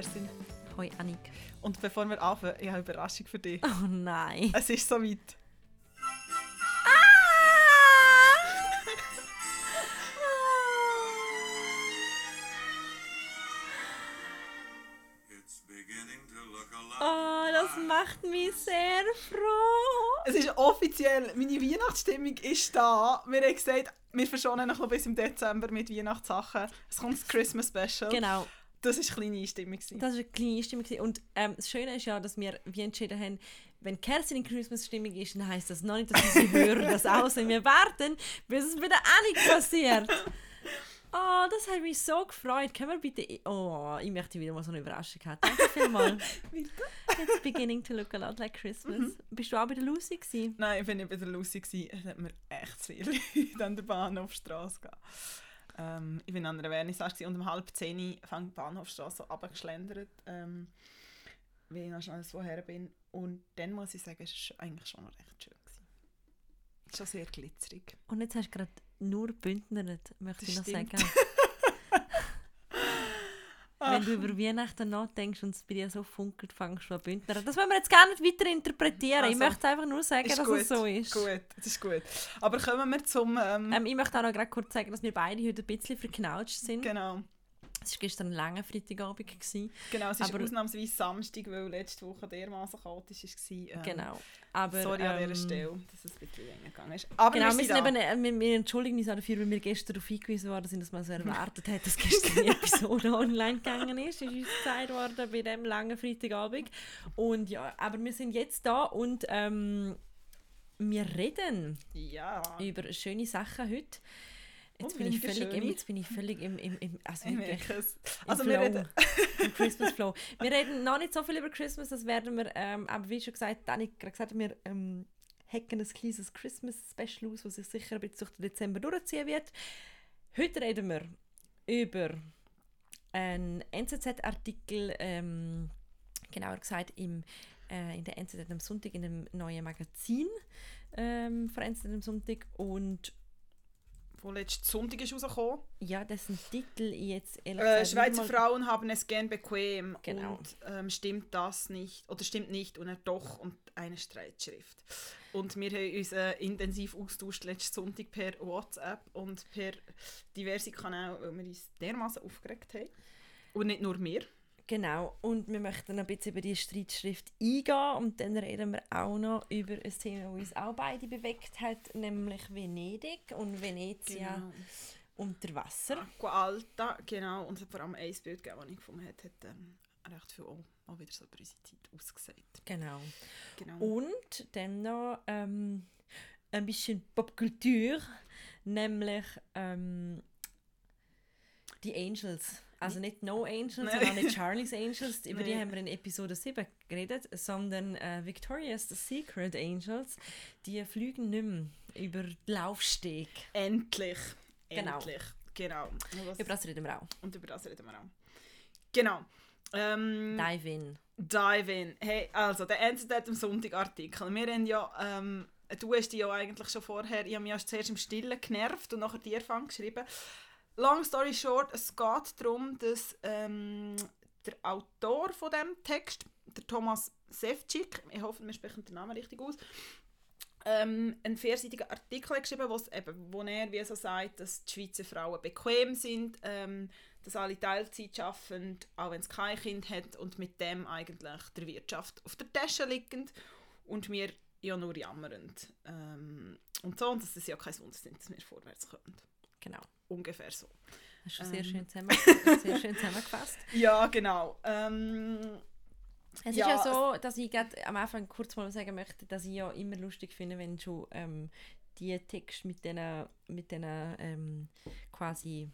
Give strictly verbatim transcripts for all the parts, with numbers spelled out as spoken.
Kerstin. Hoi Annik. Und bevor wir anfangen, ich habe eine Überraschung für dich. Oh nein. Es ist soweit. Oh, das macht mich sehr froh. Es ist offiziell, meine Weihnachtsstimmung ist da. Wir haben gesagt, wir verschonen noch bis im Dezember mit Weihnachtssachen. Es kommt das Christmas Special. Genau. Das war eine kleine Einstimmung. Das war eine kleine Einstimmung. Und ähm, das Schöne ist ja, dass wir wie entschieden haben, wenn Kerstin in Christmas-Stimmung ist, dann heisst das noch nicht, dass unsere Hörer das auch sind. Wir warten, bis es bei der Annik passiert. Oh, das hat mich so gefreut. Können wir bitte... Oh, ich möchte wieder mal so eine Überraschung haben. Danke vielmals. It's beginning to look a lot like Christmas. Mhm. Bist du auch bei der Lucy gewesen? Nein, ich war nicht bei der Lucy gewesen. Es hat mir echt zu viel Leute an der Bahnhofstrasse gehen. Ähm, ich war an einer Vernissage und um halb zehn fängt die Bahnhofstrasse so runtergeschlendert, ähm, wie ich noch schnell woher bin. Und dann muss ich sagen, es war eigentlich schon noch recht schön gewesen. Schon sehr glitzerig. Und jetzt hast du gerade nur bündnert, möchte ich noch sagen. Wenn du über Weihnachten nachdenkst und es bei dir so funkelt, fängst du an bündnern. Das wollen wir jetzt gar nicht weiter interpretieren. Also, ich möchte einfach nur sagen, dass gut, es so ist. Gut, das ist gut. Aber kommen wir zum... Ähm, ähm, ich möchte auch noch gerade kurz sagen, dass wir beide heute ein bisschen verknautscht sind. Genau. Es war gestern ein langer Freitagabend. Genau, es ist aber, ausnahmsweise Samstag, weil letzte Woche dermaßen chaotisch war. Ähm, genau. Aber, sorry an ähm, dieser Stelle, dass es ein bisschen länger gegangen ist. Aber genau, wir, wir, sind eben, äh, wir, wir entschuldigen uns auch dafür, weil wir gestern darauf hingewiesen worden sind, dass man so erwartet hat, dass gestern die Episode online gegangen ist. Das ist uns gesagt worden bei diesem langen Freitagabend. Und ja, aber wir sind jetzt da und ähm, wir reden ja. über schöne Sachen heute. Jetzt bin, ich völlig im, jetzt bin ich völlig im, im, im also ich wirklich, im also wir Flow, reden im Christmas Flow. Wir reden noch nicht so viel über Christmas, das werden wir, ähm, aber wie schon gesagt, Annik gerade gesagt, wir ähm, hacken ein kleines Christmas Special aus, das sich sicher bis durch den Dezember durchziehen wird. Heute reden wir über einen N Z Z-Artikel, ähm, genauer gesagt im, äh, in der N Z Z am Sonntag, in einem neuen Magazin ähm, von N Z Z am Sonntag und wo letzten Sonntag ist rausgekommen. Ja, dessen Titel jetzt ehrlich äh, gesagt... Schweizer Frauen haben es gern bequem. Genau. Und ähm, stimmt das nicht, oder stimmt nicht, und er doch, und eine Streitschrift. Und wir haben uns äh, intensiv austauscht letzten Sonntag per WhatsApp und per diverse Kanäle, weil wir uns dermaßen aufgeregt haben. Und nicht nur wir. Genau, und wir möchten ein bisschen über die Streitschrift eingehen und dann reden wir auch noch über ein Thema, das uns auch beide bewegt hat, nämlich Venedig und Venezia genau. Unter Wasser. Acqua Alta, genau, und es hat vor allem ein Bild gegeben, das ich gefunden habe, hat ähm, recht viel auch, auch wieder so über unsere Zeit ausgesagt. Genau. genau. Und dann noch ähm, ein bisschen Popkultur, nämlich ähm, die Angels. Also nicht No Angels, Nein. sondern nicht Charlie's Angels, über Nein. die haben wir in Episode sieben geredet, sondern äh, Victoria's Secret Angels, die fliegen nicht mehr über den Laufsteg. Endlich. Genau. Endlich. Genau. Was? Über das reden wir auch. Und über das reden wir auch. Genau. Ähm, Dive in. Dive in. Hey, also der N Z Z am Sonntag Artikel. Wir haben ja, ähm, du hast die ja eigentlich schon vorher, ich habe mich ja zuerst im Stillen genervt und nachher die Erfahrung geschrieben. Long story short, es geht darum, dass ähm, der Autor von diesem Text, der Thomas Sevcik, ich hoffe, wir sprechen den Namen richtig aus, ähm, einen vierseitigen Artikel geschrieben, eben, wo er wie so sagt, dass die Schweizer Frauen bequem sind, ähm, dass alle Teilzeit arbeiten, auch wenn es kein Kind hat und mit dem eigentlich der Wirtschaft auf der Tasche liegend und wir ja nur jammern. Ähm, und so, und dass es ja kein Wunder sind, dass wir vorwärts kommen. Genau. Ungefähr so. Hast du ähm. sehr, schön zusammengefasst. sehr schön zusammengefasst. Ja, genau. Ähm, es ja, ist ja so, dass ich gerade am Anfang kurz mal sagen möchte, dass ich ja immer lustig finde, wenn schon ähm, die Texte mit diesen mit den, ähm, quasi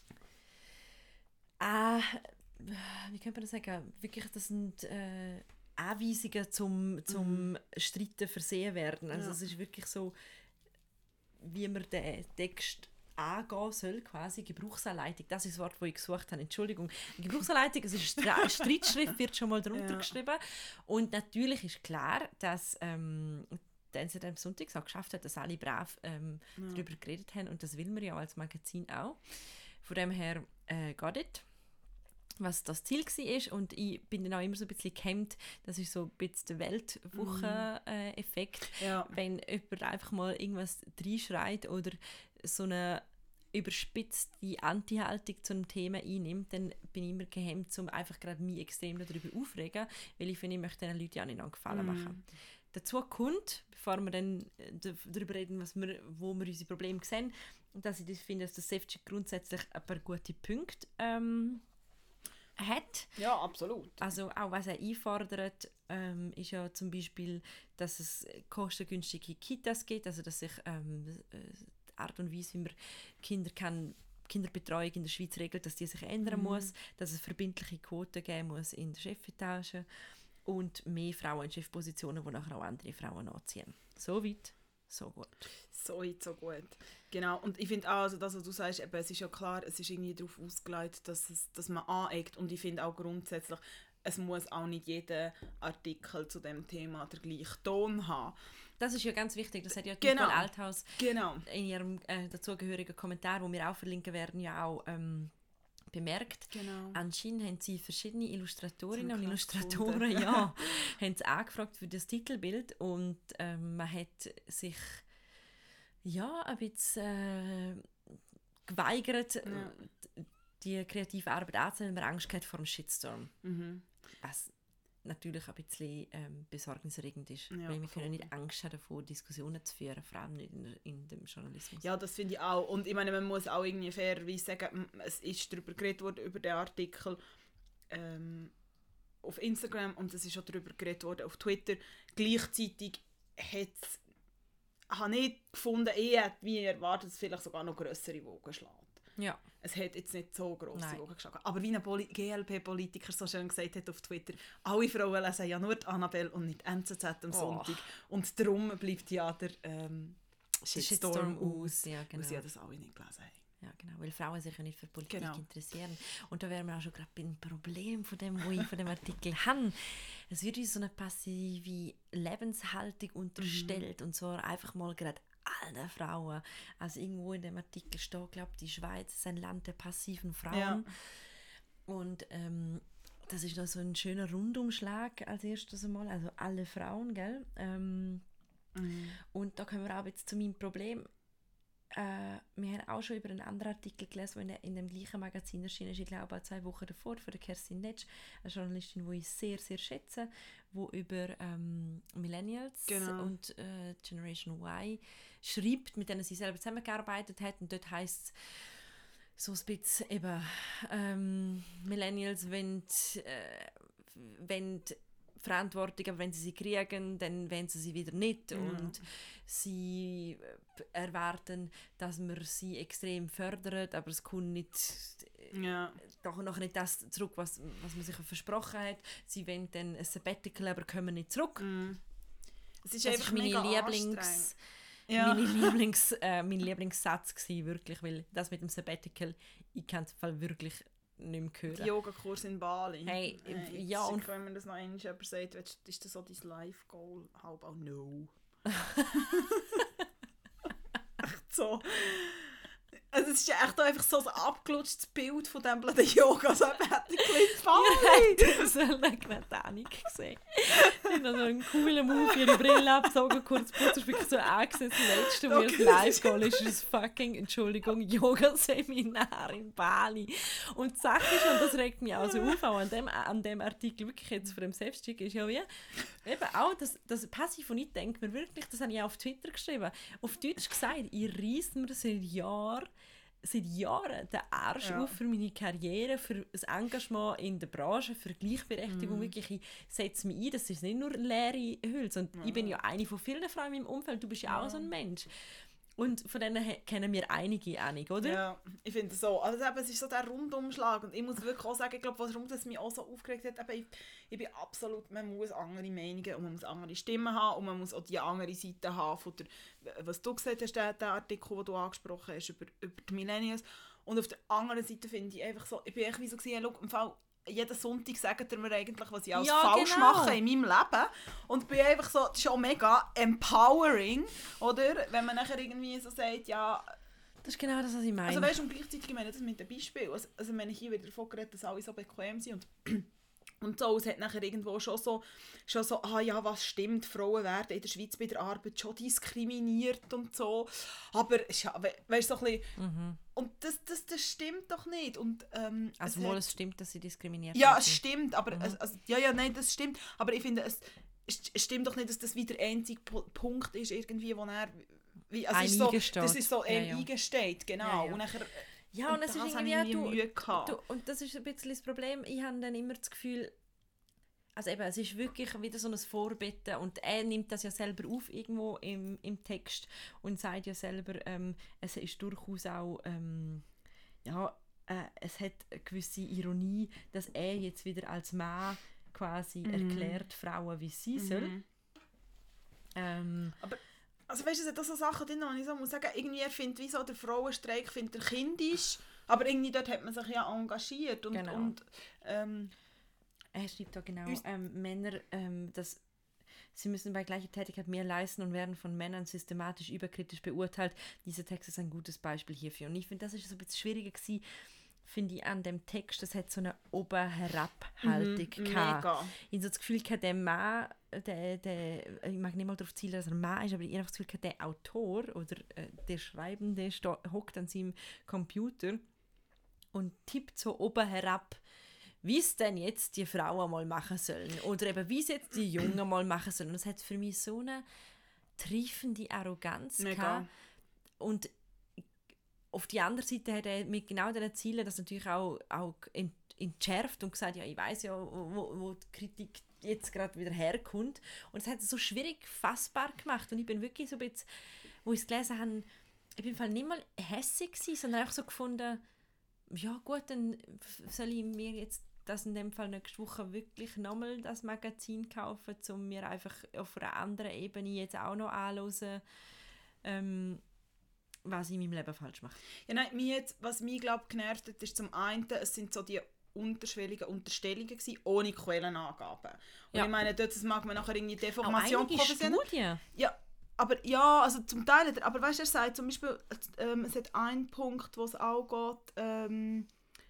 ah, wie könnte man das sagen, wirklich, das sind äh, Anweisungen zum, zum mhm. Streiten versehen werden. Also ja. Es ist wirklich so, wie man den Text angehen soll, quasi Gebrauchsanleitung. Das ist das Wort, das ich gesucht habe. Entschuldigung. Gebrauchsanleitung, es ist eine Streitschrift, wird schon mal drunter ja. geschrieben. Und natürlich ist klar, dass ähm, der N Z Z am Sonntag es auch geschafft hat, dass alle brav ähm, ja. darüber geredet haben. Und das will man ja als Magazin auch. Von dem her äh, geht es. was das Ziel war. Und ich bin dann auch immer so ein bisschen gehemmt, das ist so ein bisschen der Weltwochen-Effekt, mm. ja. wenn jemand einfach mal irgendwas reinschreit oder so eine überspitzte Anti-Haltung zu einem Thema einnimmt, dann bin ich immer gehemmt, um einfach gerade mich extrem darüber aufregen, weil ich finde, ich möchte diesen Leuten ja nicht Gefallen machen. Mm. Dazu kommt, bevor wir dann darüber reden, was wir, wo wir unsere Probleme sehen, dass ich das finde, dass der Safecheck grundsätzlich ein paar gute Punkte ähm, hat. Ja, absolut. Also auch was er einfordert, ähm, ist ja zum Beispiel, dass es kostengünstige Kitas gibt, also dass sich ähm, die Art und Weise, wie man Kinder kann, Kinderbetreuung in der Schweiz regelt, dass die sich ändern mhm. muss, dass es verbindliche Quoten geben muss in der Chefetage und mehr Frauen in Chefpositionen, die nachher auch andere Frauen anziehen. So weit, so gut. So weit, so gut. Genau, und ich finde auch, also das, was du sagst, eben, es ist ja klar, es ist irgendwie darauf ausgelegt, dass, es, dass man aneckt, und ich finde auch grundsätzlich, es muss auch nicht jeder Artikel zu dem Thema den gleichen Ton haben. Das ist ja ganz wichtig, das hat ja genau. Nicole Althaus genau. in ihrem äh, dazugehörigen Kommentar, wo wir auch verlinken werden, ja auch ähm, bemerkt. Genau. Anscheinend haben sie verschiedene Illustratorinnen und Illustratoren ja, haben sie angefragt für das Titelbild, und ähm, man hat sich ja ein bisschen äh, geweigert, ja. die kreative Arbeit anzunehmen, weil man Angst hatte vor einem Shitstorm. Mhm. Was natürlich ein bisschen ähm, besorgniserregend ist, ja, weil wir voll. können nicht Angst haben davor, Diskussionen zu führen, vor allem nicht in, in dem Journalismus. Ja, das finde ich auch. Und ich meine, man muss auch irgendwie fairerweise sagen, es ist darüber geredet worden, über den Artikel ähm, auf Instagram, und es ist auch darüber geredet worden auf Twitter. Gleichzeitig hat es habe ich gefunden, ich hätte wie erwartet, dass es vielleicht sogar noch grössere Wogen schlägt. Ja. Es hat jetzt nicht so grosse Nein. Wogen geschlagen. Aber wie ein Poli- G L P-Politiker so schön gesagt hat auf Twitter, alle Frauen lesen ja nur die Annabelle und nicht N Z Z am Oh. Sonntag. Und darum bleibt ja der ähm, Shitstorm, Shitstorm aus, aus, ja, genau. weil sie ja das alle nicht gelesen haben. Ja, genau, weil Frauen sich ja nicht für Politik Genau. interessieren. Und da wären wir auch schon gerade beim Problem von dem, wo ich von dem Artikel habe. Es wird uns so eine passive Lebenshaltung unterstellt, mhm. und zwar einfach mal gerade allen Frauen. Also irgendwo in dem Artikel steht, glaube ich, die Schweiz ist ein Land der passiven Frauen. Ja. Und ähm, das ist noch so ein schöner Rundumschlag als erstes Mal, also alle Frauen, gell? Ähm, Mhm. Und da kommen wir auch jetzt zu meinem Problem. Äh, wir haben auch schon über einen anderen Artikel gelesen, der in, in dem gleichen Magazin erschienen ist, ich glaube auch zwei Wochen davor, von der Kerstin Netsch, eine Journalistin, die ich sehr, sehr schätze, die über ähm, Millennials Genau. und äh, Generation Y schreibt, mit denen sie selber zusammengearbeitet hat. Und dort heisst es so ein bisschen eben, ähm, Millennials wollen, äh, wollen Verantwortung, aber wenn sie sie kriegen, dann wollen sie sie wieder nicht. Ja. Und sie erwarten, dass man sie extrem fördert, aber es kommt nicht, Ja. doch noch nicht das zurück, was, was man sich versprochen hat. Sie wollen dann ein Sabbatical, aber kommen nicht zurück. Mhm. Es ist Das einfach ist meine mega Lieblings, anstrengend. Ja. meine Lieblings, äh, mein Lieblingssatz gewesen, wirklich, weil das mit dem Sabbatical, ich kann es wirklich nicht mehr hören. Yogakurs in Bali. Hey, Hey, ja, und wenn man das noch einmal jemand sagt, willst- ist das so dein Life-Goal? Halb auch no. Echt so. Also es ist ja echt einfach so ein abgelutschtes Bild von dem blöden Yoga, so ein Sabbatical in Bali. Ja, du sollst gerade auch nicht gesehen. Ich habe noch so einen coolen Move, ihre Brille abgezogen, kurz putzt, ist wirklich so angesetzt. Das letzte, wo Okay. ihr Live-Goal ist, ist ein fucking, Entschuldigung, Yoga-Seminar in Bali. Und die Sache ist, und das regt mich auch so auf, auch an dem, an dem Artikel, wirklich jetzt von dem Selbstcheck, ist ja wie, eben auch, das, das Passiv, und ich denke mir wirklich, das habe ich auch auf Twitter geschrieben, auf Deutsch gesagt, ich reiss mir seit Jahren seit Jahren den Arsch Ja. auf für meine Karriere, für das Engagement in der Branche, für Gleichberechtigung. Mhm. Wirklich, ich setze mich ein, das ist nicht nur leere Hülse. Und Ja. ich bin ja eine von vielen Frauen in meinem Umfeld, du bist ja Ja. auch so ein Mensch. Und von denen he- kennen wir einige auch nicht, oder? Ja, ich finde es so. Also eben, es ist so der Rundumschlag. Und ich muss wirklich auch sagen, ich glaube, warum das mich auch so aufgeregt hat, eben, ich, ich bin absolut, man muss andere Meinungen und man muss andere Stimmen haben und man muss auch die andere Seite haben von der, was du gesagt hast, der, der Artikel, den du angesprochen hast, über, über die Millennials. Und auf der anderen Seite finde ich einfach so, ich bin echt wie so gesehen, schau, im Fall, jeden Sonntag sagt er mir eigentlich, was ich alles Ja, falsch genau. mache in meinem Leben. Und bin einfach so, das ist auch mega empowering, oder? Wenn man nachher irgendwie so sagt, ja, Das ist genau das, was ich meine. Also weißt du, und gleichzeitig, ich meine, das mit dem Beispiel, also, also wenn ich hier wieder davon geredet, dass alle so bequem sind und und so, es hat nachher irgendwo schon so, schon so, ah ja, was stimmt, Frauen werden in der Schweiz bei der Arbeit schon diskriminiert und so, aber, ja, we, weißt du, so ein bisschen, mhm. und das, das, das stimmt doch nicht. Und, ähm, also es mal, hat, es stimmt, dass sie diskriminiert ja, werden. Ja, es stimmt, aber, mhm. also, also, ja, ja, nein, das stimmt, aber ich finde, es, es stimmt doch nicht, dass das wieder der einzige Punkt ist, irgendwie, wo er, wie, also ein ist so, eingesteht. Das ist so, ein ja, ja. eingesteht, genau, ja, ja. und nachher, ja, und, und es ist irgendwie, du, du, und das ist ein bisschen das Problem, ich habe dann immer das Gefühl, also eben, es ist wirklich wieder so ein Vorbetten und er nimmt das ja selber auf irgendwo im, im Text und sagt ja selber, ähm, es ist durchaus auch, ähm, ja, äh, es hat eine gewisse Ironie, dass er jetzt wieder als Mann quasi mhm. erklärt Frauen, wie sie mhm. soll. Ähm, Aber also weißt du, es hat so Sachen drin, wo ich so muss sagen, irgendwie er findet, wie so der Frauenstreik findet er kindisch, aber irgendwie dort hat man sich ja engagiert und, genau. und ähm, er schreibt da genau, ähm, Männer, ähm, dass sie müssen bei gleicher Tätigkeit mehr leisten und werden von Männern systematisch überkritisch beurteilt. Dieser Text ist ein gutes Beispiel hierfür. Und ich finde, das ist so ein bisschen schwieriger gewesen, finde ich, an dem Text, das hat so eine Ober-Herab-Haltung mhm, gehabt. Ich habe so das Gefühl, der Mann, der, der, ich mag nicht mal darauf zielen, dass er ein Mann ist, aber ich habe das Gefühl, der Autor oder äh, der Schreibende hockt an seinem Computer und tippt so oben-herab, wie es denn jetzt die Frauen mal machen sollen oder eben wie es jetzt die Jungen mal machen sollen. Und das hat für mich so eine triefende Arroganz gehabt. Und auf die andere Seite hat er mit genau diesen Zielen das natürlich auch, auch entschärft und gesagt, ja, ich weiss ja, wo, wo die Kritik jetzt gerade wieder herkommt. Und es hat es so schwierig fassbar gemacht. Und ich bin wirklich so ein bisschen, wo ich es gelesen habe, ich bin nicht mal hässig gewesen, sondern einfach so gefunden, ja gut, dann soll ich mir jetzt das in dem Fall nächste Woche wirklich nochmal das Magazin kaufen, um mir einfach auf einer anderen Ebene jetzt auch noch anzuhören, ähm, was ich in meinem Leben falsch mache. Ja, nein, mich jetzt, was mich glaube genervt hat, ist zum einen, es sind so die unterschwelligen Unterstellungen gewesen, ohne Quellenangaben. Und ja. ich meine, dort mag man nachher irgendwie Deformation professionell. Studien. Ja, aber ja, also zum Teil, aber weißt du, er sagt zum Beispiel, ähm, es hat einen Punkt, wo es auch geht, ähm,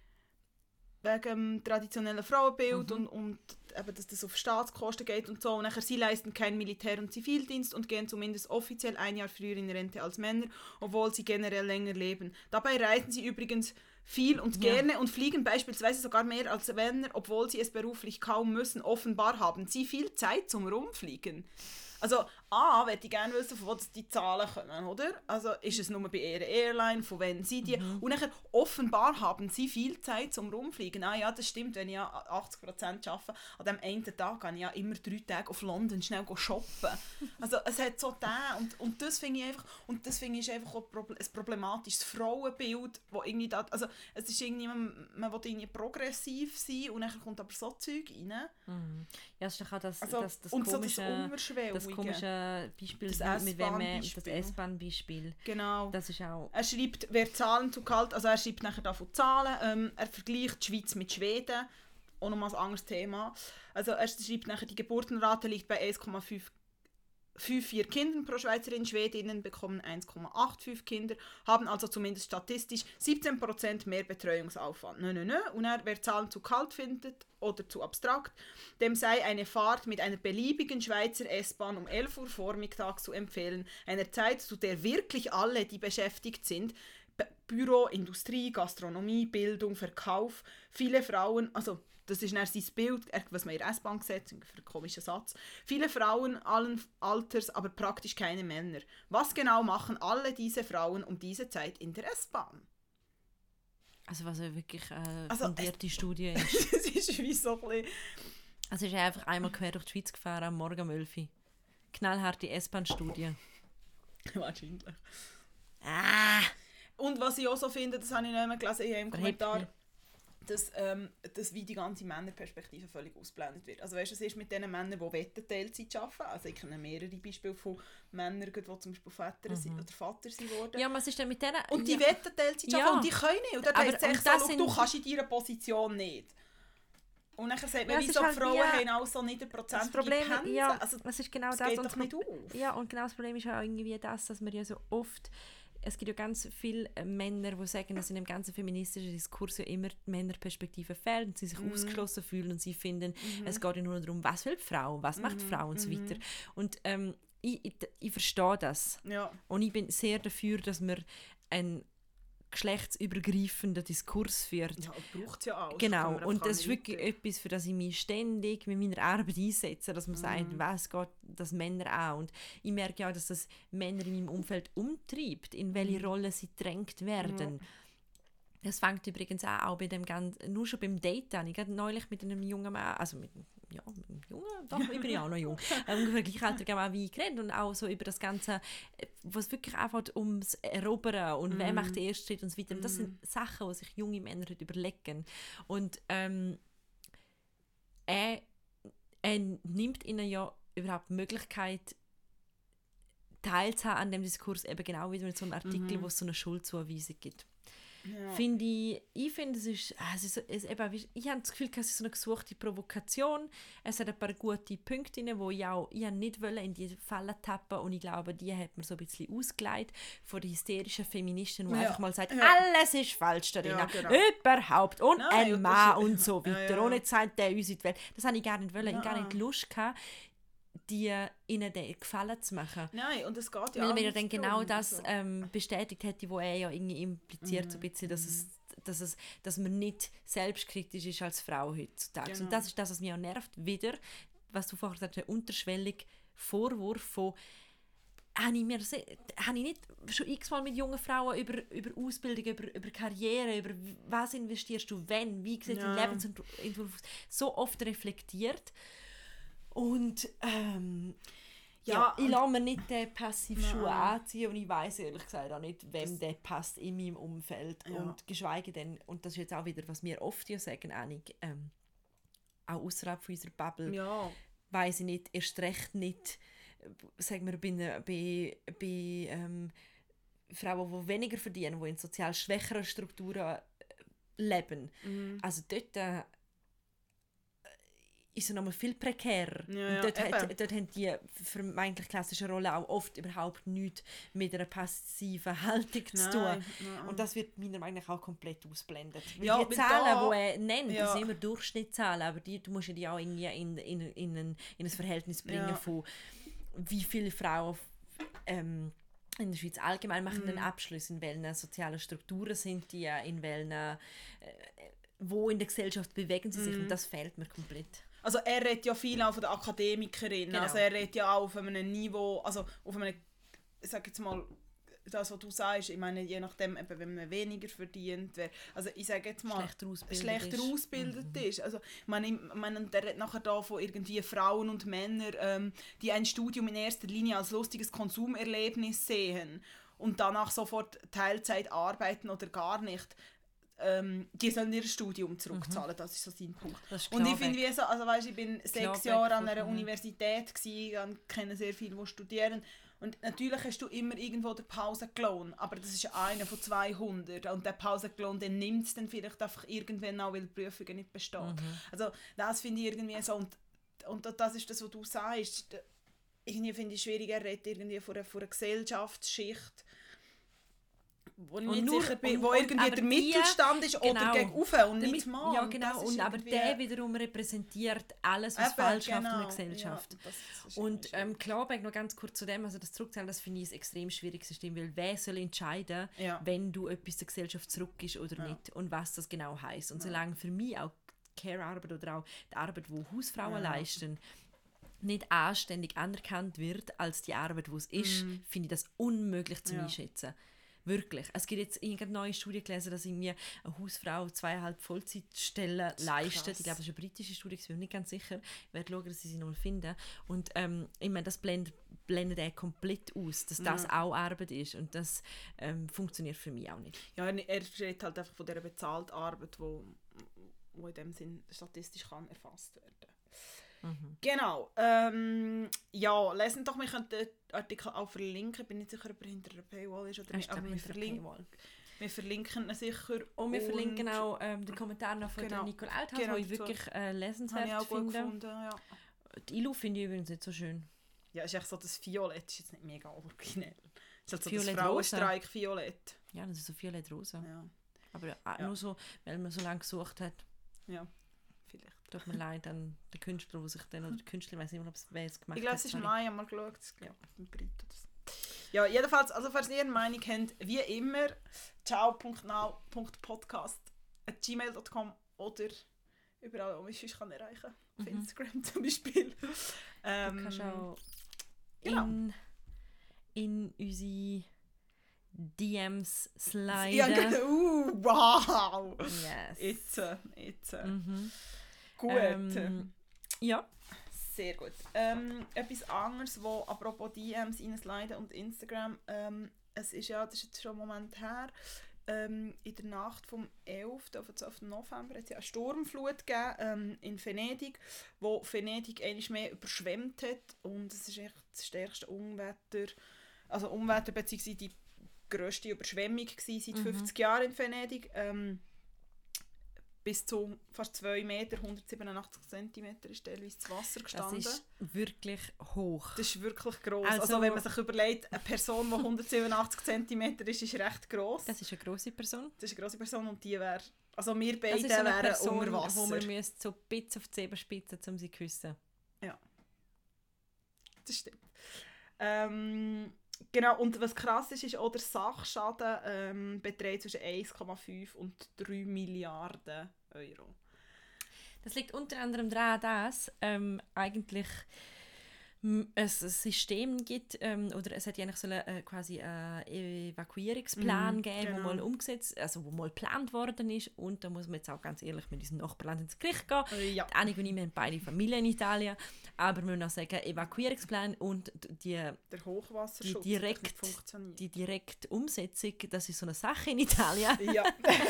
wegen dem traditionellen Frauenbild mhm. und, und eben, dass das auf Staatskosten geht und so. Und nachher, sie leisten keinen Militär- und Zivildienst und gehen zumindest offiziell ein Jahr früher in Rente als Männer, obwohl sie generell länger leben. Dabei reisen sie übrigens viel und gerne ja. und fliegen beispielsweise sogar mehr als Männer, obwohl sie es beruflich kaum müssen. Offenbar haben sie viel Zeit zum Rumfliegen. Also, A, möchte ich gerne wissen, von wo die Zahlen kommen, oder? Also, ist es nur bei ihrer Airline, von wann sie die? Mhm. Und nachher, offenbar haben sie viel Zeit zum Rumfliegen. Ah ja, das stimmt, wenn ich ja achtzig Prozent arbeite, an dem einen Tag gehe ich ja immer drei Tage auf London schnell shoppen. Also, es hat so den, und, und das finde ich einfach, und das finde ich ist einfach auch ein problematisches Frauenbild, wo irgendwie da, also, es ist irgendwie, man, man will irgendwie progressiv sein, und dann kommt aber so Zeug rein. Mhm. Ja, es ist doch auch das, also, das, das und komische, so das Unverschwellung. komische Beispiel, das mit wem man, das S-Bahn-Beispiel. Genau. Das ist auch... Er schreibt, wer Zahlen zu kalt, also er schreibt nachher davon Zahlen, ähm, er vergleicht die Schweiz mit Schweden, auch nochmal ein anderes Thema. Also er schreibt nachher, die Geburtenrate liegt bei eins Komma vierundfünfzig Kindern pro Schweizerin, Schwedinnen bekommen eins Komma fünfundachtzig Kinder, haben also zumindest statistisch siebzehn Prozent mehr Betreuungsaufwand. Nö, nö, nö. Und er, wer Zahlen zu kalt findet oder zu abstrakt, dem sei eine Fahrt mit einer beliebigen Schweizer S-Bahn um elf Uhr vormittags zu empfehlen, einer Zeit, zu der wirklich alle, die beschäftigt sind, B- Büro, Industrie, Gastronomie, Bildung, Verkauf, viele Frauen, also das ist dann sein Bild, was man in der S-Bahn sieht, für einen komischen Satz. Viele Frauen allen Alters, aber praktisch keine Männer. Was genau machen alle diese Frauen um diese Zeit in der S-Bahn? Also was ja wirklich äh, also, fundierte äh, Studie ist. Das ist wie so ein bisschen... Also ist er einfach einmal quer durch die Schweiz gefahren, am Morgen um elf Uhr. Knallharte S-Bahn-Studie. Wahrscheinlich. Ah! Und was ich auch so finde, das habe ich nicht mehr gelesen, ich habe im Kommentar, dass, ähm, dass wie die ganze Männerperspektive völlig ausblendet wird. Also weißt du, es ist mit den Männern, die wollen Teilzeit arbeiten. Also ich kenne mehrere Beispiele von Männern, die zum Beispiel Väter mhm. sind oder Vater sind worden. Ja, was ist denn mit denen? Und die ja. wollen Teilzeit ja. arbeiten und die können nicht. Und dann aber, heißt es echt so, du kannst in deiner Position nicht. Und dann sagt man, ja, wieso halt Frauen haben auch so nicht ein Prozent Pensen. Ja, also, das ist genau das das. geht und doch nicht auf. Ja, und genau das Problem ist auch irgendwie das, dass man ja so oft es gibt ja ganz viele Männer, die sagen, dass in dem ganzen feministischen Diskurs ja immer die Männerperspektive fehlt und sie sich Mhm. ausgeschlossen fühlen und sie finden, Mhm. es geht ja nur darum, was will die Frau, was macht die Mhm. Frau und so Mhm. weiter. Und ähm, ich, ich, ich verstehe das. Ja. Und ich bin sehr dafür, dass wir einen geschlechtsübergreifenden Diskurs führt. Ja, braucht es ja auch. Genau, und das ist wirklich etwas, für das ich mich ständig mit meiner Arbeit einsetze, dass man Mhm. sagt, was geht das Männer auch. Und ich merke ja, dass das Männer in meinem Umfeld umtreibt, in welche Mhm. Rolle sie gedrängt werden. Ja. Das fängt übrigens auch, auch bei dem ganzen, nur schon beim Date an. Ich hatte neulich mit einem jungen Mann, also mit, ja, mit einem Jungen, doch, ich bin ja auch noch jung, äh, ungefähr gleichaltriger Mann wie ich geredet und auch so über das Ganze, äh, was wirklich einfach ums Erobern und mm. wer macht den ersten Schritt und so weiter. Und das mm. sind Sachen, die sich junge Männer heute überlegen. Und ähm, er, er nimmt ihnen ja überhaupt die Möglichkeit, teilzuhaben an dem Diskurs, eben genau wie mit so einem Artikel, mm. wo es so eine Schuldzuweisung gibt. Ja. Finde ich, ich finde, es ist, es ist, es eben, ich habe das Gefühl, es ist so eine gesuchte Provokation. Es hat ein paar gute Punkte drin, wo ich auch ich nicht in die Falle tappen und ich glaube, die hat man so ein bisschen ausgeleitet von den hysterischen Feministen, die ja. einfach mal sagen, ja. alles ist falsch darin, ja, genau. überhaupt und Nein, ein Mann und so weiter. Ja, ja. Und jetzt sagt der uns in die Welt. Das habe ich gar nicht wollen, ich gar nicht Lust gehabt, die ihnen den Gefallen zu machen. Nein, und es geht ja Weil auch mir dann genau drum, das also. ähm, bestätigt hätte, wo er ja irgendwie impliziert, mm, so ein bisschen, dass, mm. es, dass, es, dass man nicht selbstkritisch ist als Frau heutzutage. Genau. Und das ist das, was mich auch nervt. Wieder, was du vorher gesagt hast, der unterschwellige Vorwurf von habe ich, mir, habe ich nicht schon x-mal mit jungen Frauen über, über Ausbildung, über, über Karriere, über was investierst du, wenn, wie sieht dein ja. Lebensentwurf so oft reflektiert. Und ähm, ja, ja, ich lasse mir nicht den Passivschuh anziehen und ich weiss ehrlich gesagt auch nicht, wem der passt in meinem Umfeld. Ja. Und geschweige denn, und das ist jetzt auch wieder, was wir oft ja sagen, Annik, ähm, auch außerhalb von unserer Bubble, ja. weiss ich nicht, erst recht nicht, sagen wir, bei, bei, bei ähm, Frauen, die weniger verdienen, die in sozial schwächeren Strukturen leben. Mhm. Also dort äh, ist es nochmal viel prekärer. Ja, und dort, ja, hat, dort haben die vermeintlich klassischen Rollen auch oft überhaupt nichts mit einer passiven Haltung zu tun. Nein, nein. Und das wird meiner Meinung nach auch komplett ausblendet. Weil ja, die Zahlen, die er nennt, ja. das sind immer Durchschnittszahlen, aber die, du musst ja die auch irgendwie in, in, in, ein, in ein Verhältnis bringen ja. von wie viele Frauen ähm, in der Schweiz allgemein machen mm. den Abschluss, in welchen sozialen Strukturen sind die, in welchen äh, wo in der Gesellschaft bewegen sie sich mm. und das fehlt mir komplett. Also er redet ja viel auch von den Akademikerinnen, genau. also er redet ja auch auf einem Niveau, also auf einem, ich sag jetzt mal, das, was du sagst, ich meine, je nachdem, eben, wenn man weniger verdient, wer, also ich sage jetzt mal, schlechter ausgebildet schlechter ist. Ausgebildet mhm. ist. Also, ich meine, ich meine, der redet nachher da von irgendwie Frauen und Männern, ähm, die ein Studium in erster Linie als lustiges Konsumerlebnis sehen und danach sofort Teilzeit arbeiten oder gar nicht. Ähm, die sollen ihr Studium zurückzahlen, mhm. das ist so sein Punkt. Und ich finde, wie so, also weißt, ich bin sechs Jahre an einer Universität gewesen, und kenne sehr viele, die studieren. Und natürlich hast du immer irgendwo den Pausenlohn, aber das ist einer von zweihundert. Und der Pausenlohn, den nimmt es dann vielleicht einfach irgendwann auch, weil die Prüfungen nicht bestehen. Mhm. Also das finde ich irgendwie so. Und, und das ist das, was du sagst. Irgendwie finde ich schwierig, er redet irgendwie von einer, von einer Gesellschaftsschicht, wo ich nicht nur, sicher bin, und, wo irgendwie der die, Mittelstand ist genau, oder gegen rauf und nicht Mann. Ja, genau. Und aber der wiederum repräsentiert alles, was Eben, falsch genau. läuft in der Gesellschaft. Ja, und ähm, klar, noch ganz kurz zu dem, also das Zurückzahlen, das finde ich ein extrem schwieriges System, weil wer soll entscheiden, ja. wenn du etwas der Gesellschaft zurückgibst oder ja. nicht und was das genau heisst. Und ja. solange für mich auch Care-Arbeit oder auch die Arbeit, die Hausfrauen ja. leisten, nicht anständig anerkannt wird als die Arbeit, die es ist, mm. finde ich das unmöglich zu ja. einschätzen. Wirklich. Es gibt jetzt irgendeine neue Studie gelesen, dass irgendwie eine Hausfrau zweieinhalb Vollzeitstellen leistet. Krass. Ich glaube, das ist eine britische Studie, ich bin mir nicht ganz sicher. Ich werde schauen, dass sie sie nochmal finden. Und ähm, ich meine, das blendet, blendet er komplett aus, dass das ja. auch Arbeit ist. Und das ähm, funktioniert für mich auch nicht. Ja, er redet halt einfach von dieser bezahlten Arbeit, die in dem Sinn statistisch kann erfasst werden. Mhm. Genau. Ähm, ja, lesen doch, wir können den Artikel auch verlinken. Ich bin nicht sicher, ob er hinter der Paywall ist oder nicht, aber wir verlinken, wir verlinken ihn sicher. Und wir und verlinken auch ähm, den Kommentar noch von genau. der Nicole Althaus, genau, den ich wirklich äh, lesenswert ich auch finde. Gut gefunden, ja. Die Ilu finde ich übrigens nicht so schön. Ja, ist echt so, das Violett ist jetzt nicht mega originell. ist halt so das Violett-rosa. Frauenstreik Violett. Ja, das ist so violett-rosa. Ja. Aber äh, Ja. nur so, weil man so lange gesucht hat. Ja, vielleicht. Tut mir leid an den Künstler, der sich dann, oder der Künstler, ich weiß nicht mehr, ob es wer es gemacht Ich glaube, hat. es ist sorry. Mai, haben wir geschaut. Das ist, glaube ich, ein Brit oder so. Ja, jedenfalls, also falls ihr eine Meinung habt, wie immer, ciao punkt now punkt podcast at gmail punkt com oder überall, wo man sonst kann erreichen kann. Auf Mhm. Instagram zum Beispiel. Du Ähm, kannst auch genau. in, in unsere D Ms sliden. ja, genau. Uh, wow! Yes. Jetzt, äh, jetzt. äh, Mhm. Gut. Ähm, ja. Sehr gut. Ähm, etwas anderes, wo apropos D Ms reinsliden und Instagram, ähm, es ist ja, das ist jetzt schon einen Moment her, ähm, in der Nacht vom elften auf den zwölften November hat es ja eine Sturmflut gegeben ähm, in Venedig, wo Venedig einmal mehr überschwemmt hat und es ist echt das stärkste Unwetter, also Unwetter bzw. die grösste Überschwemmung gewesen seit Mhm. fünfzig Jahren in Venedig. Ähm, bis zu fast zwei Meter, hundertsiebenundachtzig Zentimeter ist teilweise das Wasser Das gestanden. ist wirklich hoch. Das ist wirklich gross. Also- Also, wenn man sich überlegt, eine Person, die hundertsiebenundachtzig Zentimeter ist, ist recht gross. Das ist eine grosse Person. Das ist eine grosse Person und die wäre... Also wir Das beide ist so eine wären Person, unter wo Wasser. man müsste so ein bisschen auf die Zebenspitze, um sie zu küssen. Das stimmt. Ähm, genau, und was krass ist, ist auch der Sachschaden ähm, beträgt zwischen eins Komma fünf und drei Milliarden Euro. Das liegt unter anderem daran, dass ähm, eigentlich m, es ein System gibt, ähm, oder es hat ja eigentlich so eine, äh, quasi einen Evakuierungsplan Mhm, gegeben, genau. wo mal umgesetzt, also wo mal geplant worden ist, und da muss man jetzt auch ganz ehrlich mit unserem Nachbarland ins Gericht gehen. Äh, ja. Annik und ich, wir haben beide Familie in Italien, aber wir müssen auch sagen, Evakuierungsplan und die, Der Hochwasserschutz Die direkt- hat nicht funktioniert. die direkte Umsetzung, das ist so eine Sache in Italien. Ja,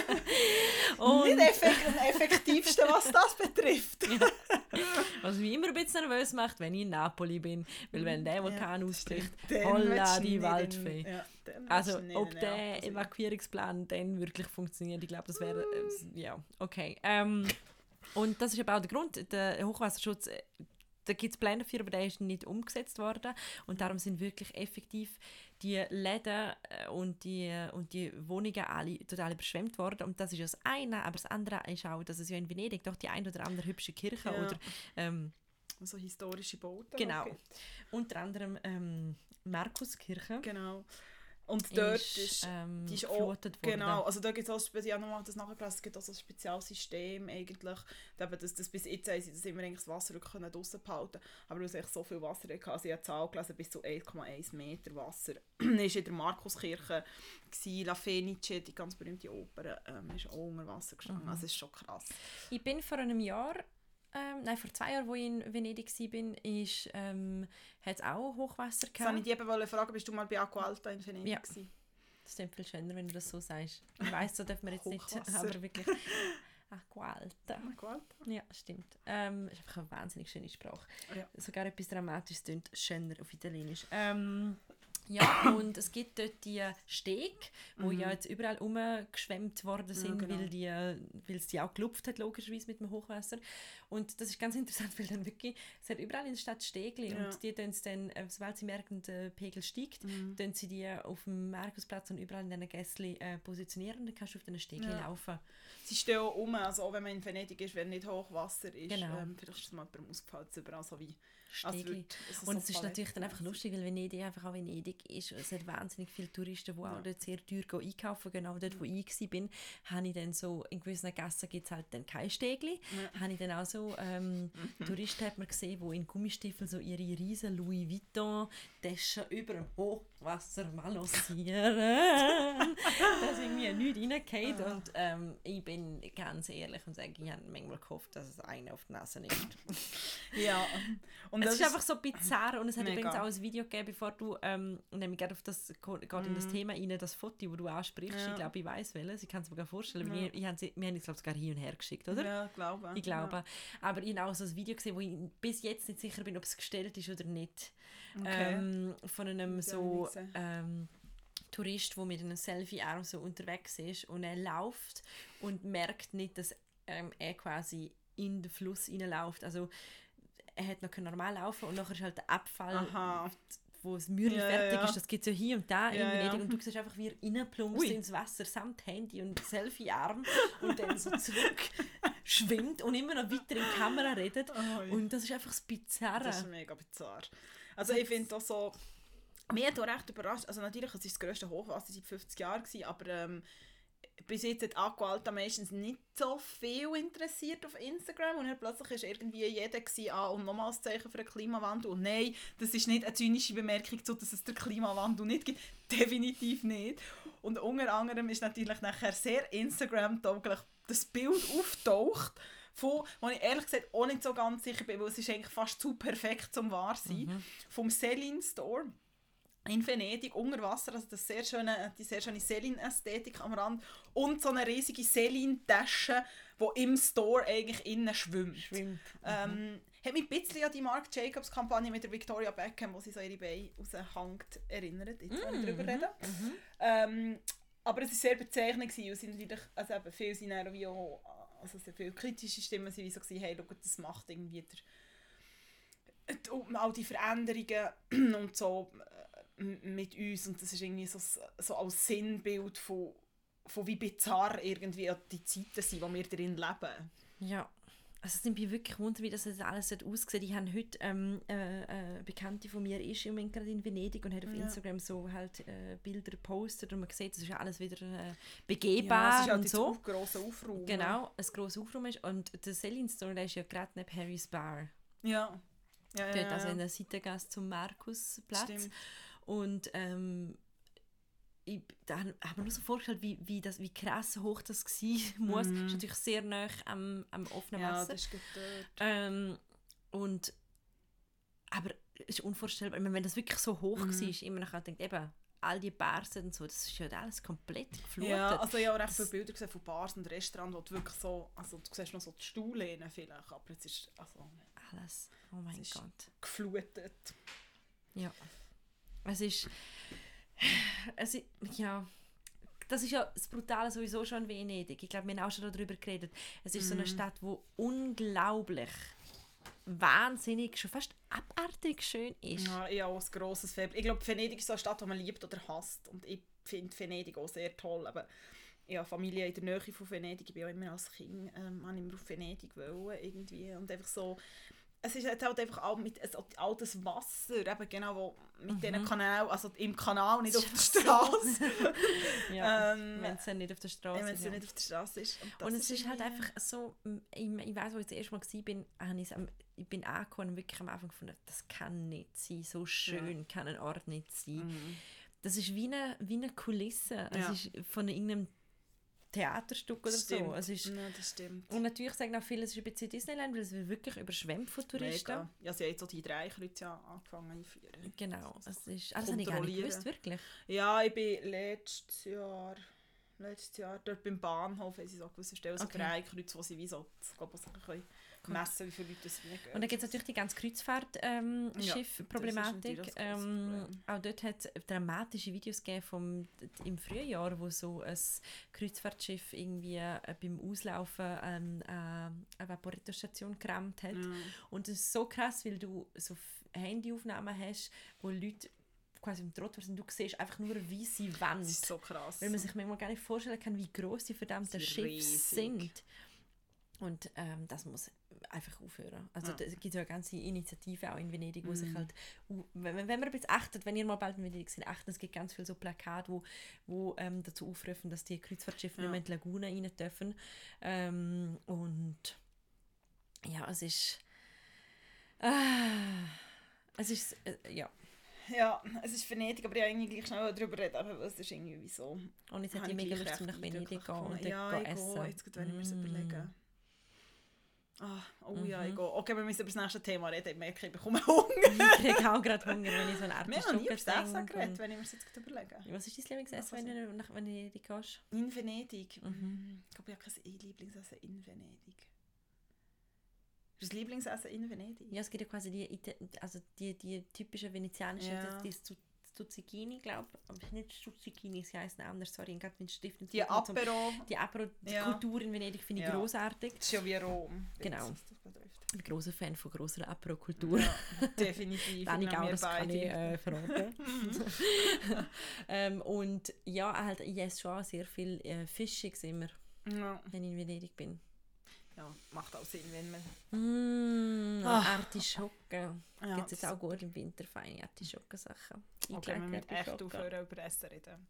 Und nicht effekt am effektivsten, was das betrifft. was mich immer ein bisschen nervös macht, wenn ich in Napoli bin, weil wenn der Vulkan Ja, ausbricht, Dann holla willst du die nicht Waldfee. in- ja, dann willst Also, du nicht ob in der Neapel sein. Evakuierungsplan dann wirklich funktioniert, ich glaube, das wäre, äh, ja, okay. Ähm, und das ist aber auch der Grund, der Hochwasserschutz, äh, da gibt es Pläne dafür, aber der ist nicht umgesetzt worden und darum sind wirklich effektiv die Läden äh, und die, und die Wohnungen alle total überschwemmt worden und das ist ja das eine, aber das andere ist auch, dass es ja in Venedig doch die ein oder andere hübsche Kirche Ja. oder ähm, So historische Bauten. genau, okay. unter anderem ähm, Markuskirche Genau. Und dort ist, ist, ähm, die ist auch, geflutet worden. genau, also da gibt es auch, Spe- ja, nochmal das nachgelesen, es gibt auch so ein Spezialsystem eigentlich, eben, dass das bis jetzt haben sie das immer eigentlich das Wasser wirklich draussen behalten, aber weil es echt so viel Wasser hatte, also ich habe die Zahl gelesen, bis zu eins Komma eins Meter Wasser. war in der Markuskirche, gewesen, La Fenice, die ganz berühmte Oper, ähm, ist auch unter Wasser gestanden, Mhm. also es ist schon krass. Ich bin vor einem Jahr, ähm, nein, vor zwei Jahren, als ich in Venedig war, ist, ähm, hat es auch Hochwasser Das wollte ich gehabt. dich eben fragen, bist du mal bei Acqua Alta in Venedig Ja. gewesen? Das ist dann viel schöner, wenn du das so sagst. Ich weiss, so dürfen wir jetzt nicht, Hochwasser. aber wirklich. Acqua Alta. Acqua Alta? Ja, stimmt. Ähm, ist einfach eine wahnsinnig schöne Sprache. Ja. Sogar etwas Dramatisches klingt schöner auf Italienisch. Ähm, ja, und es gibt dort die Stege, die Mhm. ja jetzt überall umgeschwemmt worden sind, genau. weil, die, weil es die auch gelupft hat, logischerweise mit dem Hochwasser. Und das ist ganz interessant, weil dann wirklich, es hat überall in der Stadt Stegli Ja. und die tun es dann, äh, sobald sie merken, der Pegel steigt, Mhm. tun sie die auf dem Markusplatz und überall in diesen Gässchen äh, positionieren und dann kannst du auf diesen Stegli Ja. laufen. Sie stehen auch um, also auch wenn man in Venedig ist, wenn nicht Hochwasser ist, Genau. ähm, vielleicht ist es mal jemandem ausgefallen, es überall so wie... als Stegli. würd- es Und so es ist natürlich dann einfach palettenmässig. lustig, weil Venedig einfach auch Venedig ist. Es hat wahnsinnig viele Touristen, die Ja. auch dort sehr teuer gehen einkaufen. Genau dort, wo ich war, habe ich dann so, in gewissen Gassen gibt es halt dann kein Stegli. Ja. Habe ich dann auch so, ähm, Touristen hat man gesehen, die in Gummistiefeln so ihre riesen Louis Vuitton Taschen über dem Hochwasser balancieren. dass irgendwie nichts reingeht. Ah. Und ähm, ich bin ganz ehrlich und sage, ich habe manchmal gehofft, dass es einer auf die Nase nimmt. Ja. Und Es das ist einfach so bizarr und es hat Mega. übrigens auch ein Video gegeben, bevor du, ähm, nämlich gerade auf das, geht in das Thema rein, das Foto, das du ansprichst, Ja. ich glaube, ich weiss welches, ich kann es mir gar vorstellen, weil Ja. ich, ich habe sie, wir haben es glaube sogar hin und her geschickt, oder? Ja, glaube. Ich glaube. Aber ich habe auch so ein Video gesehen, wo ich bis jetzt nicht sicher bin, ob es gestellt ist oder nicht. Ja. Okay. Ähm, von einem Muss ich so auch sehen. ähm, Tourist, der mit einem Selfie-Arm so unterwegs ist und er läuft und merkt nicht, dass ähm, er quasi in den Fluss reinläuft. Also er hat noch normal laufen und nachher ist halt der Abfall Aha. wo das Mühle Ja, fertig ja. ist, das gibt es ja hier und da in Ja, Venedig ja. und du siehst einfach, wie er reinplumpst Ui. ins Wasser samt Handy und Selfie-Arm und dann so zurück schwimmt und immer noch weiter in die Kamera redet. Ui. Und das ist einfach das Bizarre. Das ist mega bizarr. Also ich finde das so... Mich hat auch recht überrascht. Also natürlich, es war das grösste Hochwasser seit fünfzig Jahren, gewesen, aber ähm, bis jetzt hat Aqua Alta meistens nicht so viel interessiert auf Instagram und dann plötzlich war irgendwie jeder gewesen, ah, und nochmals Zeichen für den Klimawandel. Und nein, das ist nicht eine zynische Bemerkung, so, dass es den Klimawandel nicht gibt. Definitiv nicht. Und unter anderem ist natürlich nachher sehr Instagram-tauglich das Bild auftaucht, von, wo ich ehrlich gesagt auch nicht so ganz sicher bin, weil es ist eigentlich fast zu perfekt zum wahr sein, Mhm. vom Celine Store in Venedig, unter Wasser, also das sehr schöne, die sehr schöne Celine-Ästhetik am Rand und so eine riesige Celine-Tasche, die im Store eigentlich innen schwimmt. Schwimmt. Ähm, hat mich ein bisschen an die Marc Jacobs-Kampagne mit der Victoria Beckham, wo sie so ihre Beine raushängt, erinnert, jetzt, wenn ich darüber rede. Mhm. Ähm, aber es war sehr bezeichnend, weil sie natürlich, also eben viele sind dann wie auch, also sehr viele kritische Stimmen sind wie so gewesen, hey, schau, das macht irgendwie der, die, all die Veränderungen und so äh, mit uns und das ist irgendwie so, so als Sinnbild von, von wie bizarr irgendwie die Zeiten sind, in wir darin leben. Ja, also es nimmt mich wirklich wunder, wie das alles aussieht. Ich habe heute ähm, äh, eine Bekannte von mir ist im Moment gerade in Venedig und hat auf Ja. Instagram so halt äh, Bilder gepostet und man sieht, es ist alles wieder äh, Ja, begehbar es ist halt und jetzt so. ein grosser Aufruhr. Genau, ein grosser Aufraum ist und der Celine Store, der ist ja gerade neben Harry's Bar. Ja. Ja, ja, Dort, also ja. in der Seitengasse zum Markusplatz. Stimmt. Und ähm, ich da habe ich mir nur so vorgestellt, wie, wie, das, wie krass hoch das gewesen muss. Mhm. Das ist natürlich sehr nah am, am offenen Ja, Wasser. das ist gut dort. Ähm, und, aber es ist unvorstellbar, ich meine, wenn das wirklich so hoch Mhm. war, immer nachher denkt, eben, all die Bars und so, das ist ja alles komplett geflutet. Ja, also ich habe auch recht Das- viele Bilder gesehen von Bars und Restaurants, wo du wirklich so, also du siehst noch so die Stuhllehnen vielleicht, aber es ist also Alles, oh mein Es ist- Gott. geflutet. Ja. Es ist, es ist, ja, das ist ja das Brutale sowieso schon in Venedig. Ich glaube, wir haben auch schon darüber geredet. Es ist so eine Mhm. Stadt, die unglaublich, wahnsinnig, schon fast abartig schön ist. Ja, ich habe auch ein grosses Faible. Ich glaube, Venedig ist so eine Stadt, die man liebt oder hasst und ich finde Venedig auch sehr toll, aber ich habe Familie in der Nähe von Venedig, ich bin auch immer als Kind, ähm, habe immer auf Venedig wollen, irgendwie und einfach so, es ist halt einfach auch mit also all das Wasser, eben genau, wo mit Mhm. diesen Kanälen, also im Kanal, nicht auf der So. Straße. Ja, ähm, wenn es dann nicht auf der Ja, Straße wenn es ist. nicht auf der Straße ist. Und, das Und es ist halt irgendwie- einfach so, ich, ich weiss, als ich das erste Mal war, habe ich's am- ich bin angekommen und wirklich am Anfang gefunden, das kann nicht sein, so schön kann ein Ort nicht sein. Mhm. Das ist wie eine, wie eine Kulisse, Ja. es ist von irgendeinem Theaterstück oder Stimmt. so. Es ist, Ja, das stimmt. und natürlich sagen auch viele, es ist ein bisschen Disneyland, weil es wird wirklich überschwemmt von Touristen. Mega. Ja, sie haben jetzt so die drei Kreuze ja angefangen einzuführen. Genau, es ist, also das habe ich gar nicht Kontrollieren. gewusst, wirklich. Ja, ich bin letztes Jahr, letztes Jahr dort beim Bahnhof, haben sie so gewisse Stellen, so Okay. drei Kreuze, wo sie wie so, ich glaube, so können messen, wie viele Leute das wie Und dann gibt es natürlich die ganze Kreuzfahrt-Schiff-Problematik. das ist natürlich ein grosses ähm, Problem. auch dort hat es dramatische Videos gegeben vom, im Frühjahr, wo so ein Kreuzfahrtschiff irgendwie äh, beim Auslaufen ähm, äh, eine Vaporetto-Station gerammt hat. Ja. Und das ist so krass, weil du so F- Handyaufnahmen hast, wo Leute quasi im Trottoir sind. Du siehst einfach nur eine weisse Wand. Das ist so krass. Weil man sich manchmal gar nicht vorstellen kann, wie groß die verdammten Sie sind Schiffe riesig. sind. Und ähm, das muss einfach aufhören. Also Ja. da- es gibt ja eine ganze Initiative auch in Venedig, wo Mhm. sich halt, wo- wenn, wenn man ein bisschen achtet, wenn ihr mal bald in Venedig seid, achtet, es gibt ganz viele so Plakate, wo, wo ähm, dazu aufrufen, dass die Kreuzfahrtschiffe Ja. nicht mehr in die Lagune rein dürfen. Ähm, und ja, es ist ah, es ist, äh, ja. Ja, es ist Venedig, aber ich wollte eigentlich gleich schnell darüber reden, aber es ist irgendwie wie so. Und jetzt hätte Habe ich mega gleich Lust, um recht nach Venedig zu eindrücklich gehen und gefunden. dort Ja, gehen ich essen. gehe, jetzt wenn ich mir das Mm. überlege. Ah, oh ja, Mhm. ich gehe. Okay, wir müssen über das nächste Thema reden, ich merke, ich bekomme Hunger. Ich kriege auch gerade Hunger, wenn ich so eine Wir haben nie über das Essen Artischocken geredet, denke. wenn ich mir das jetzt gerade überlege. Was ist dein Lieblingsessen, wenn du nach Venedig gehst? In Venedig? Mhm. Ich glaube, ich habe kein Lieblingsessen in Venedig. Das Lieblingsessen in Venedig? Ja, es gibt ja quasi die, Ita- also die, die typischen venezianischen, Ja. das, das, zu- Zucchini, glaube ich. Aber nicht Zucchini, sie heißen anders. Sorry, ich habe den Stift nicht Die Apero. Die Apero, die Ja. Kultur in Venedig finde ich Ja. grossartig. Das ist ja wie Rom. Genau. was das betrifft. Ich bin ein grosser Fan von grosser Apero-Kultur. Ja, definitiv. Dann ich Wir auch, das kann beide. ich äh, verraten. ähm, und ja, halt, ich esse schon auch sehr viel äh, Fischig immer, Ja. wenn ich in Venedig bin. Ja, macht auch Sinn, wenn man... Mmh, Ah. Artischocken. Ja, Gibt es jetzt auch gut im Winter feine Artischockensachen. Okay, wir müssen echt Artischocken. aufhören über Essen reden.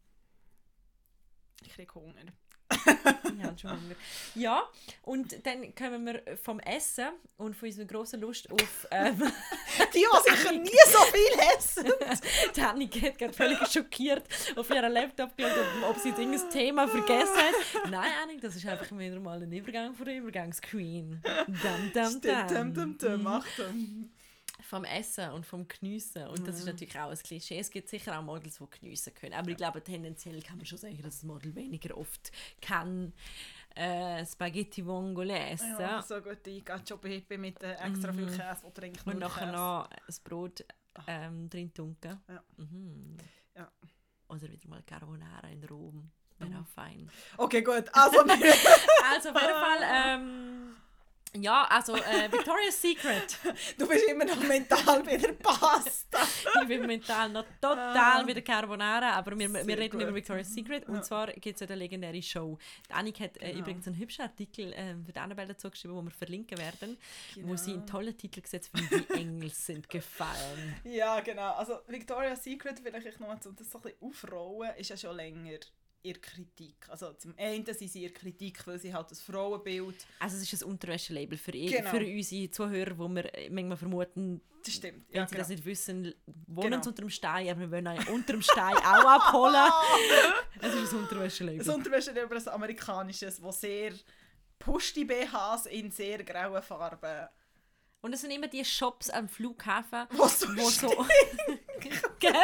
Ich kriege Hunger. Ich habe schon Hunger. Ja, und dann kommen wir vom Essen und von unserer grossen Lust auf... Ähm, Die, die sicher nie so viel essen! die Annika hat gerade völlig schockiert auf ihren Laptop geschaut, ob sie irgendein Thema vergessen hat. Nein, Annika, das ist einfach wieder mal ein Übergang von der Übergangsqueen. Dum, dum, Stimmt, dum, dum. dum, dum, macht dum. Vom Essen und vom Geniessen. Und das ist natürlich auch ein Klischee. Es gibt sicher auch Models, die geniessen können. Aber ich glaube, tendenziell kann man schon sagen, dass ein Model weniger oft kann äh, Spaghetti Vongolese. Ja, so gut die Cacio-Pepe mit äh, extra viel Käse, wo trinkt nur Und nachher Käse. noch das Brot ähm, drin tunken. Ja. Mhm. Ja. Oder wieder mal Carbonara in Rom. Wäre auch fein. Okay, gut. Also, wir Also auf jeden Fall, ähm, ja, also äh, Victoria's Secret. du bist immer noch mental bei der Pasta. Ich bin mental noch total bei der Carbonara, aber wir, Sehr wir reden gut. über Victoria's Secret. Und Ja. zwar gibt es eine legendäre Show. Die Annika hat äh, Genau. übrigens einen hübschen Artikel äh, für die Annabelle dazu geschrieben, den wir verlinken werden, Genau. wo sie einen tollen Titel gesetzt hat, wie Engel sind gefallen. Ja, genau. Also Victoria's Secret, vielleicht noch zu das so ein bisschen aufrollen, ist ja schon länger ihre Kritik. Also zum einen sind sie ihre Kritik, weil sie halt das Frauenbild... Also es ist ein Unterwäschelabel für, Genau. für unsere Zuhörer, wo wir äh, manchmal vermuten, Das stimmt. wenn Ja, sie genau. das nicht wissen, wohnen Genau. sie unter dem Stein, aber wir wollen euch unter dem Stein auch abholen. Es ist ein Unterwäschelabel. Das Unterwäsche über ein amerikanisches, wo sehr pushti B Hs in sehr grauen Farben... Und es sind immer die Shops am Flughafen, Was so wo so... Gell?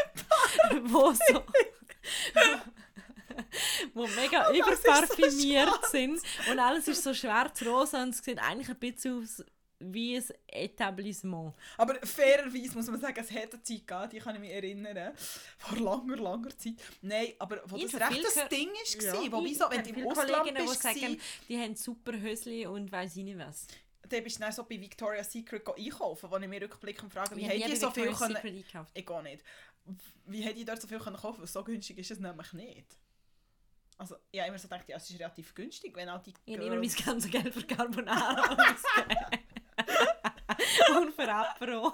wo so... wo mega überparfümiert sind und alles ist so schwarz-rosa und es sieht eigentlich ein bisschen aus wie ein Etablissement. Aber fairerweise muss man sagen, es hat eine Zeit gegeben, die kann ich mich erinnern, vor langer, langer Zeit. Nein, aber wo Ich das habe recht viel das gehört- Ding war, Ja. wo wieso, wenn Ich du habe im viele Ausland Kolleginnen, bist, die sagen, die haben super Hösli und weiss ich nicht was. dann bist du dann so bei Victoria's Secret einkaufen, wo ich mir rückblickend frage, wie Ich haben habe die nie so bei viel Victoria's können... Secret eingekauft. Ich auch nicht. Wie haben die dort so viel können kaufen? So günstig ist es nämlich nicht. Also, ich habe immer so gedacht, ja, es ist relativ günstig, wenn auch die Ich habe immer mein Girls... ganzes Geld für Carbonara ausgegeben. Und für Apero.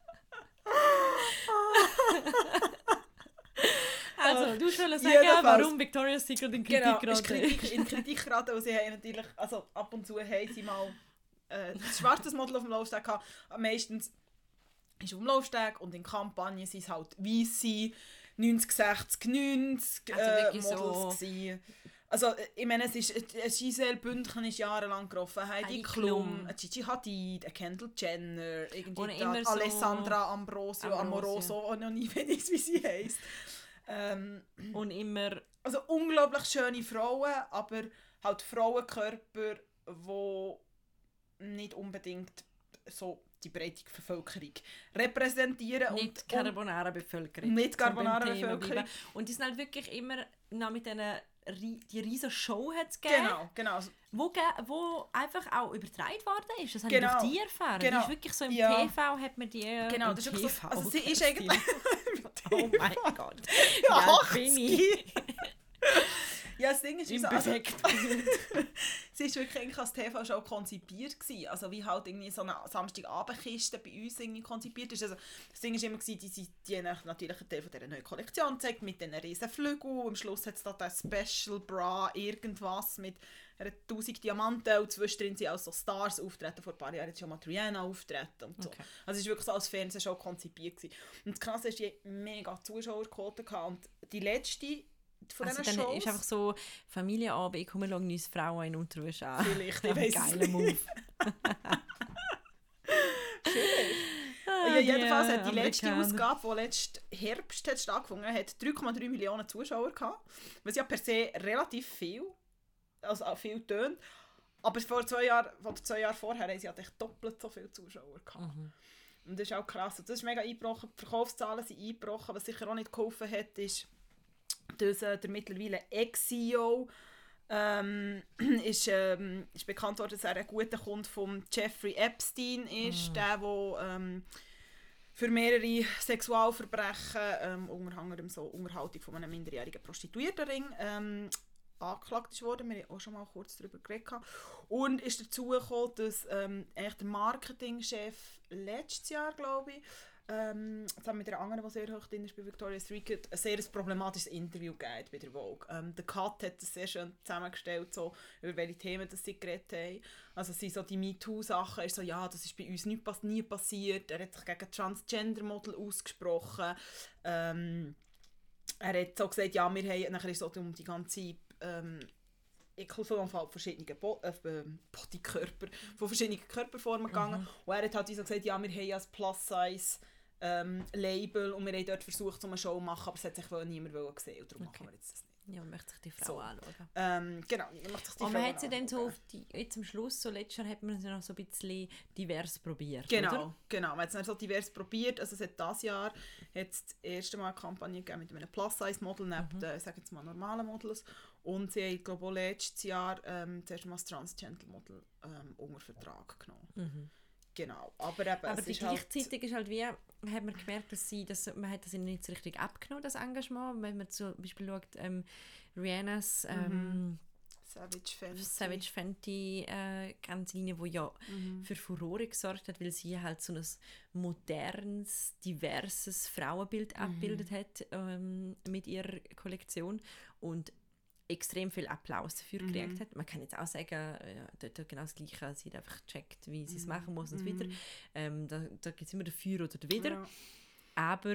Also, du wolltest sagen, Jedenfalls. warum Victoria's Secret in Kritik Genau, ist geraten Kritik, in Kritik geraten, weil sie haben natürlich, also ab und zu haben sie mal äh, ein schwarzes Model auf dem Laufsteg gehabt. Meistens ist auf dem Laufsteg und in Kampagnen sind es halt weisse neunzig, sechzig, neunzig Also äh, wirklich Models so- gewesen. Also ich meine, es ist, äh, Giselle Bündchen ist jahrelang gelaufen, Heidi Heidi Klum, Klum. äh, Gigi Hadid, äh, Kendall Jenner, irgendwie Und da, immer so- Alessandra Ambrosio, Ambrosio. Amoroso, auch noch nie weiss, wie sie heisst. Ähm, und immer also unglaublich schöne Frauen, aber halt Frauenkörper, die nicht unbedingt so die breite Bevölkerung repräsentieren. nicht und, und Carbonara-Bevölkerung. Nicht zum beim Carbonara-Bevölkerung. Thema bleiben. Und die sind halt wirklich immer noch mit diesen ri- die riesen Show hat's gegeben, Genau, genau. wo, ge wo einfach auch übertragen worden ist. Das habe Genau. ich durch die erfahren. Genau. Die ist wirklich so im Ja. T V hat man die äh, Genau, im das ist wirklich T V so, also sie ist Kerstin. eigentlich... Oh mein Gott. Ja, Ja, bin ich. Ja, das Ding ist, Im so, also, Perfekt. sie war wirklich eigentlich als T V-Show konzipiert gewesen. Also wie halt irgendwie so eine Samstagabendkiste bei uns irgendwie konzipiert ist. Also das Ding war immer, gewesen, die, die, die haben natürlich einen Teil von dieser neuen Kollektion gezeigt, mit diesen riesen Flügeln. Am Schluss hat es da den Special Bra, irgendwas mit einer tausend Diamanten. Und zwischendrin sind auch so Stars auftreten. Vor ein paar Jahren hat schon mal Rihanna auftreten und so. Okay. Also es war wirklich so als Fernsehshow konzipiert gewesen. Und das Krasse ist, die hatten mega Zuschauerquote gehabt. Und die letzte von Also diesen dann Shows... ist einfach so Familienabend, ich komme schauen uns Frauen in Unterwäsche an. Vielleicht, ich weiss es Geiler nicht. Move. Ah, Ja, jedenfalls hat die äh, letzte Amerikaner. Ausgabe, die letzten Herbst hat stattgefunden hat, drei Komma drei Millionen Zuschauer gehabt. Was ja per se relativ viel, also auch viel tönt. Aber vor zwei Jahren, oder zwei Jahre vorher haben sie halt echt doppelt so viele Zuschauer gehabt. Mhm. Und das ist auch krass. Und das ist mega eingebrochen. Die Verkaufszahlen sind eingebrochen. Was sicher auch nicht geholfen hat, ist, dass äh, der mittlerweile Ex-C E O ähm, ist, ähm, ist bekannt worden, dass er ein guter Kunde von Jeffrey Epstein ist. Mm. Der, der ähm, für mehrere Sexualverbrechen, ähm, unter anderem so Unterhaltung von einem minderjährigen Prostituiertenring, ähm, angeklagt ist worden. Wir haben auch schon mal kurz darüber geredet. Und ist dazu gekommen, dass ähm, eigentlich der Marketingchef letztes Jahr, glaube ich, ähm, zusammen mit einer anderen, die sehr hoch drin ist bei Victoria's Secret, ein sehr problematisches Interview gegeben bei der Vogue. Ähm, der Cut hat das sehr schön zusammengestellt, so, über welche Themen das sie geredet haben. Also es sind so die MeToo-Sachen, ist so, ja, das ist bei uns nie, pass- nie passiert. Er hat sich gegen Transgender-Model ausgesprochen. Ähm, er hat so gesagt, ja, wir haben, nachher ist es so um die ganze ähm, Ekelfall von verschiedenen Bo- äh, Bodykörper, von verschiedenen Körperformen gegangen. Mhm. Und er hat halt so gesagt, ja, wir haben ja ein Plus-Size ähm, Label und wir haben dort versucht, so eine Show zu machen, aber es hat sich wohl niemand sehen und darum okay. machen wir jetzt das nicht. Ja, man möchte sich die Frau so. anschauen. Ähm, genau, man möchte sich die und Frau man hat sie anschauen. dann so auf die, jetzt am Schluss, so letztes Jahr, hat man sie noch so ein bisschen divers probiert, Genau, oder? genau. Man hat es dann so divers probiert. Also es hat dieses Jahr hat's das erste Mal eine Kampagne gegeben mit einem Plus-Size-Model neben mhm. den, sage jetzt mal, normalen Models. Und sie haben, glaube ich, auch letztes Jahr ähm, zuerst mal das Transgender-Model ähm, unter Vertrag genommen. Mhm. Genau, aber eben, aber es die ist gleichzeitig halt... ist halt wie, hat man gemerkt, dass sie, dass man hat das ihnen nicht so richtig abgenommen, das Engagement. Wenn man zum Beispiel schaut, ähm, Rihannas ähm, mhm. Savage Fenty, Savage Fenty äh, ganze Linie, die ja mhm. für Furore gesorgt hat, weil sie halt so ein modernes, diverses Frauenbild mhm. abgebildet hat ähm, mit ihrer Kollektion und extrem viel Applaus dafür mhm. gekriegt hat. Man kann jetzt auch sagen, ja, dort hat genau das Gleiche, sie hat einfach gecheckt, wie sie es machen muss und so weiter. Ähm, da da gibt es immer dafür oder dawider. Ja. Aber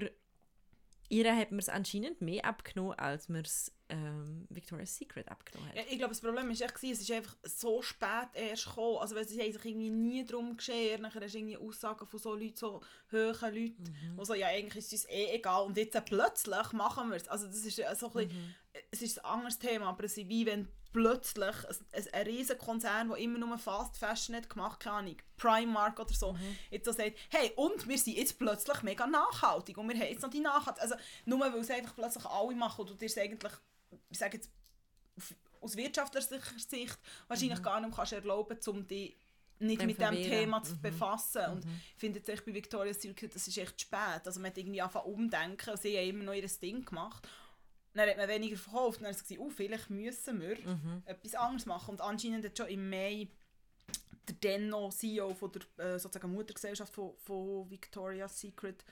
ihr hat man es anscheinend mehr abgenommen, als man es ähm, Victoria's Secret abgenommen hat. Ja, ich glaube, das Problem war echt, es ist einfach so spät erst gekommen. Also weil sie haben sich irgendwie nie darum geschert. Nachher hast du irgendwie Aussagen von so Leuten, so hohen Leuten, mhm. die so, ja, eigentlich ist es uns eh egal. Und jetzt plötzlich machen wir es. Also das ist so ein bisschen, mhm. es ist ein anderes Thema, aber es ist wie wenn plötzlich ein, ein riesen Konzern, der immer nur Fast Fashion hat gemacht, keine Ahnung, Primark oder so, mhm. jetzt so sagt, hey, und wir sind jetzt plötzlich mega nachhaltig und wir haben jetzt noch die Nachhaltigkeit. Also nur weil es einfach plötzlich alle machen und du dir es eigentlich, ich sage jetzt, aus wirtschaftlicher Sicht wahrscheinlich mhm. gar nicht mehr kannst erlauben, um dich nicht Dem mit diesem Thema zu mhm. befassen. Und mhm. ich finde jetzt bei Victoria's Secret, das ist echt spät. Also man hat irgendwie angefangen umdenken und sie haben immer noch ihr Ding gemacht. Dann hat man weniger verkauft und dann hat es gesagt, oh, vielleicht müssen wir mhm. etwas anderes machen. Und anscheinend hat schon im Mai der Denno, C E O von der äh, sozusagen Muttergesellschaft von, von Victoria's Secret,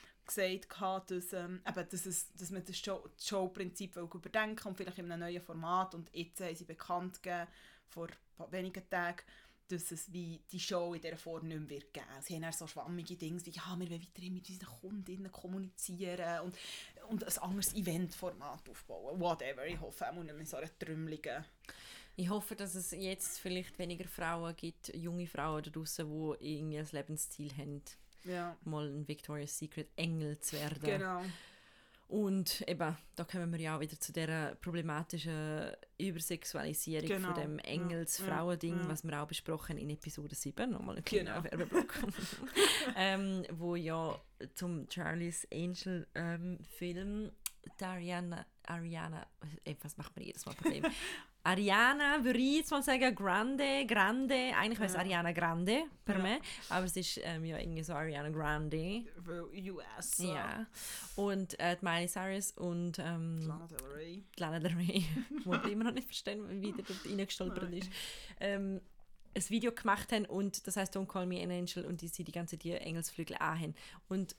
gesagt, dass, ähm, eben, dass, es, dass man das Show, das Showprinzip überdenken und vielleicht in einem neuen Format. Und jetzt haben sie bekannt gegeben, vor wenigen Tagen, dass es wie die Show in dieser Form nicht mehr wird geben. Sie haben dann so schwammige Dinge wie, ja, wir wollen weiterhin mit unseren Kundinnen kommunizieren und, und ein anderes Eventformat aufbauen. Whatever, ich hoffe auch nicht mehr so eine trümmeligen... Ich hoffe, dass es jetzt vielleicht weniger Frauen gibt, junge Frauen da draussen, die irgendwie ein Lebensziel haben, ja. mal ein Victoria's Secret Engel zu werden. Genau. Und eben, da kommen wir ja auch wieder zu dieser problematischen Übersexualisierung genau. von dem Engels-Frauen-Ding, ja. ja. was wir auch besprochen in Episode sieben, nochmal ein kleiner genau. Werbeblock, ähm, wo ja zum Charlie's Angel ähm, Film die Ariana, Ariana, äh, was macht man jedes Mal Problem? Ariana, würde ich jetzt mal sagen, Grande, Grande, eigentlich wäre es ja. Ariana Grande bei ja. mir, aber es ist ähm, ja irgendwie so Ariana Grande. U S. Ja. Und äh, Miley Cyrus und ähm, Lana Del Rey. Lana Del Rey, wo ich immer noch nicht verstehen, wie der dort reingestolpert ist. Ähm, ein Video gemacht haben und das heisst Don't Call Me an Angel und die sie die ganze die Engelsflügel anhaben. Und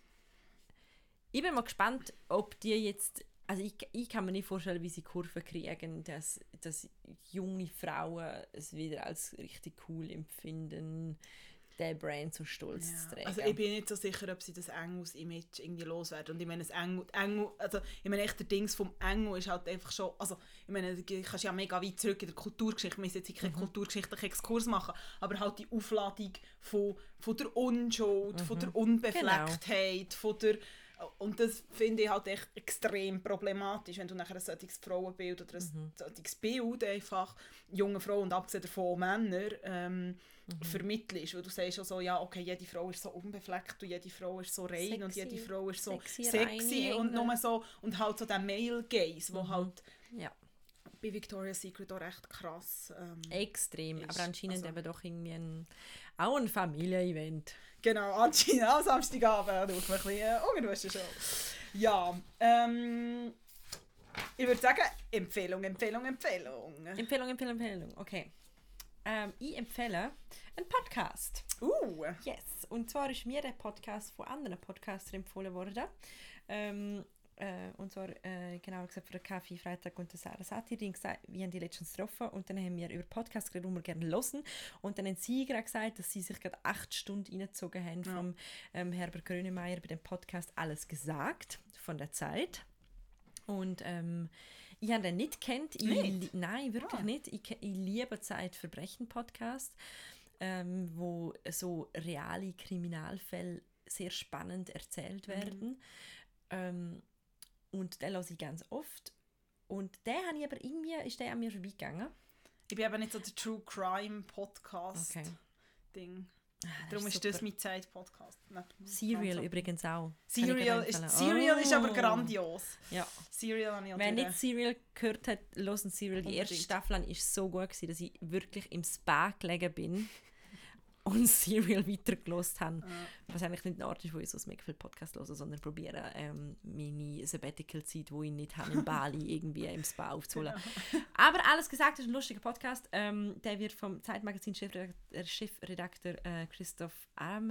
ich bin mal gespannt, ob die jetzt, also ich, ich kann mir nicht vorstellen, wie sie Kurven kriegen, dass, dass junge Frauen es wieder als richtig cool empfinden, den Brand so stolz ja. zu tragen. Also ich bin nicht so sicher, ob sie das Engels-Image irgendwie loswerden. Und ich meine, das Engel, Engel, also ich meine echt, der Dings vom Engel ist halt einfach schon, also ich meine, du kannst ja mega weit zurück in der Kulturgeschichte, wir müssen jetzt keinen mhm. kulturgeschichtlichen Exkurs machen, aber halt die Aufladung von, von der Unschuld, mhm. von der Unbeflecktheit, genau. von der Und das finde ich halt echt extrem problematisch, wenn du nachher ein solches Frauenbild oder ein mhm. solches Bild einfach junge Frauen und abgesehen davon Männer ähm, mhm. vermittelst. Weil du sagst schon so, ja, okay, jede Frau ist so unbefleckt und jede Frau ist so rein sexy. Und jede Frau ist so sexy, sexy und nur so und halt so der Male Gaze, wo mhm. halt ja. bei Victoria's Secret auch recht krass ähm, extrem, ist. Aber anscheinend also, eben doch irgendwie ein, auch ein Familienevent. Genau, anscheinend auch Samstagabend, auf ein bisschen ungewischt schon. Ja, ähm, ich würde sagen, Empfehlung, Empfehlung, Empfehlung. Empfehlung, Empfehlung, Empfehlung, okay. Ähm, ich empfehle einen Podcast. Uh! Yes, und zwar ist mir der Podcast von anderen Podcastern empfohlen worden. Ähm, Äh, und zwar, äh, genau gesagt, von der Kaffee Freitag und der Sarah Satir, die haben gesagt, wir haben die letztens getroffen und dann haben wir über Podcasts geredet, die wir gerne hören. Und dann haben sie gerade gesagt, dass sie sich gerade acht Stunden reingezogen haben ja. vom ähm, Herbert Grönemeyer bei dem Podcast «Alles gesagt» von der Zeit. Und ähm, ich habe den nicht gekannt. Ich, nicht? Nein, wirklich ah. nicht. Ich, ich liebe Zeitverbrechen-Podcast, ähm, wo so reale Kriminalfälle sehr spannend erzählt werden. Mhm. Ähm, Und den höre ich ganz oft. Und den habe ich aber irgendwie, ist der an mir vorbeigegangen. Ich bin eben nicht so der True Crime Podcast okay. Ding. Ah, Darum ist, ist das mein Zeit-Podcast. Serial so. Übrigens auch. Serial, ist, Serial oh. ist aber grandios. Ja. Serial habe ich auch Wer durch. nicht Serial gehört hat, hören Serial. Die erste Staffel war so gut gewesen, dass ich wirklich im Spa gelegen bin und Serial weitergehört habe. Ja. Was eigentlich nicht ein Ort ist, wo ich so mega viel Podcast höre, sondern probiere, ähm, meine Sabbatical-Zeit, die ich nicht habe, in Bali irgendwie im Spa aufzuholen. Genau. Aber alles gesagt, das ist ein lustiger Podcast. Ähm, der wird vom Zeitmagazin-Chefredakteur Chefredakteur, äh, Christoph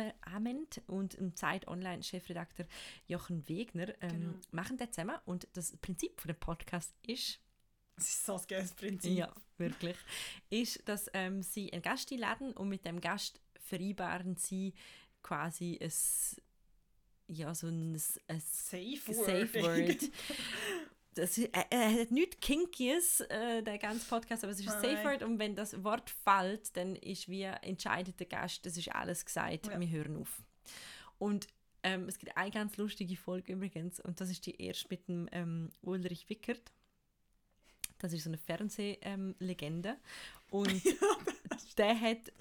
Ament und dem Zeit-Online-Chefredakteur Jochen Wegner ähm, genau. machen das zusammen. Und das Prinzip von dem Podcast ist... Das ist so ein geiles Prinzip. Ja, wirklich. Ist, dass ähm, sie einen Gast einladen und mit dem Gast vereinbaren sie quasi ein, ja, so ein, ein Safe Word. Safe Word. Das, äh, er hat nichts Kinkies, äh, der ganze Podcast, aber es ist ein Safe Word und wenn das Wort fällt, dann ist wie entscheidet der Gast, das ist alles gesagt, ja. Wir hören auf. Und ähm, es gibt eine ganz lustige Folge übrigens und das ist die erste mit dem ähm, Ulrich Wickert. Das ist so eine Fernsehlegende. Ähm, und ja, der, hat,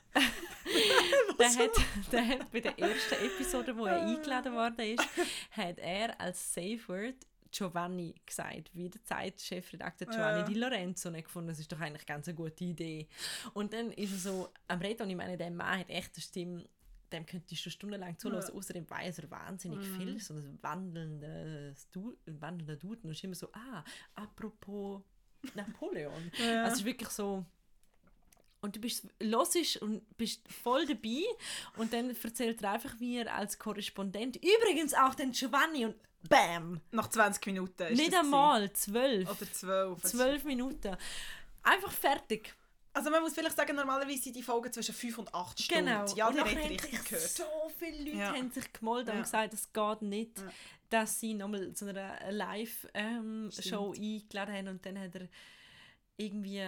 der, hat, der hat bei der ersten Episode, wo er eingeladen worden ist, hat er als Safe Word Giovanni gesagt, wie der Zeit-Chefredakteur Giovanni ja. Di Lorenzo. Und er gefunden, das ist doch eigentlich ganz eine gute Idee. Und dann ist er so am Reden, und ich meine, der Mann hat echt eine Stimme, dem könntest du stundenlang zuhören, ja. Außerdem weiß er wahnsinnig mm. viel, so ein wandelnder wandelnder Dude. Und es ist immer so, ah, apropos Napoleon. Ja. Also es ist wirklich so, und du bist hörst und bist voll dabei und dann erzählt er einfach, wie er als Korrespondent übrigens auch den Giovanni und bam! Nach zwanzig Minuten ist nicht das einmal, zwölf. Oder zwölf. Zwölf Minuten. Einfach fertig. Also man muss vielleicht sagen, normalerweise sind die Folgen zwischen fünf und acht Stunden. Genau. Ja, und die haben richtig gehört. So viele Leute ja. haben sich gemeldet ja. und gesagt, es geht nicht, ja. dass sie nochmal zu einer Live-Show ähm, eingeladen haben und dann hat er irgendwie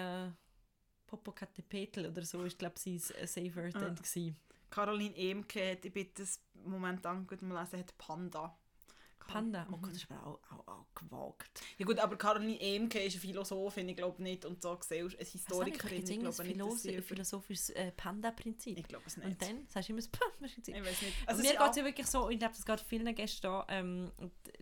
Popocatépetl oder so, ich glaube, sie war Safe Word ja. gewesen. Caroline Emke hat, ich bin das momentan gut am Lesen, hat Panda. Panda? Oh Gott, das ist aber auch, auch, auch gewagt. Ja gut, aber Caroline Emke ist eine Philosophin, ich glaube nicht, und so gesehen, eine Historikerin. Ich glaube nicht, dass sie ein philosophisches äh, Panda-Prinzip. Ich glaube es nicht. Und dann sagst du immer, das ist ich weiß nicht. Also mir geht es ja wirklich so, ich glaube, das geht vielen Gästen da, ähm,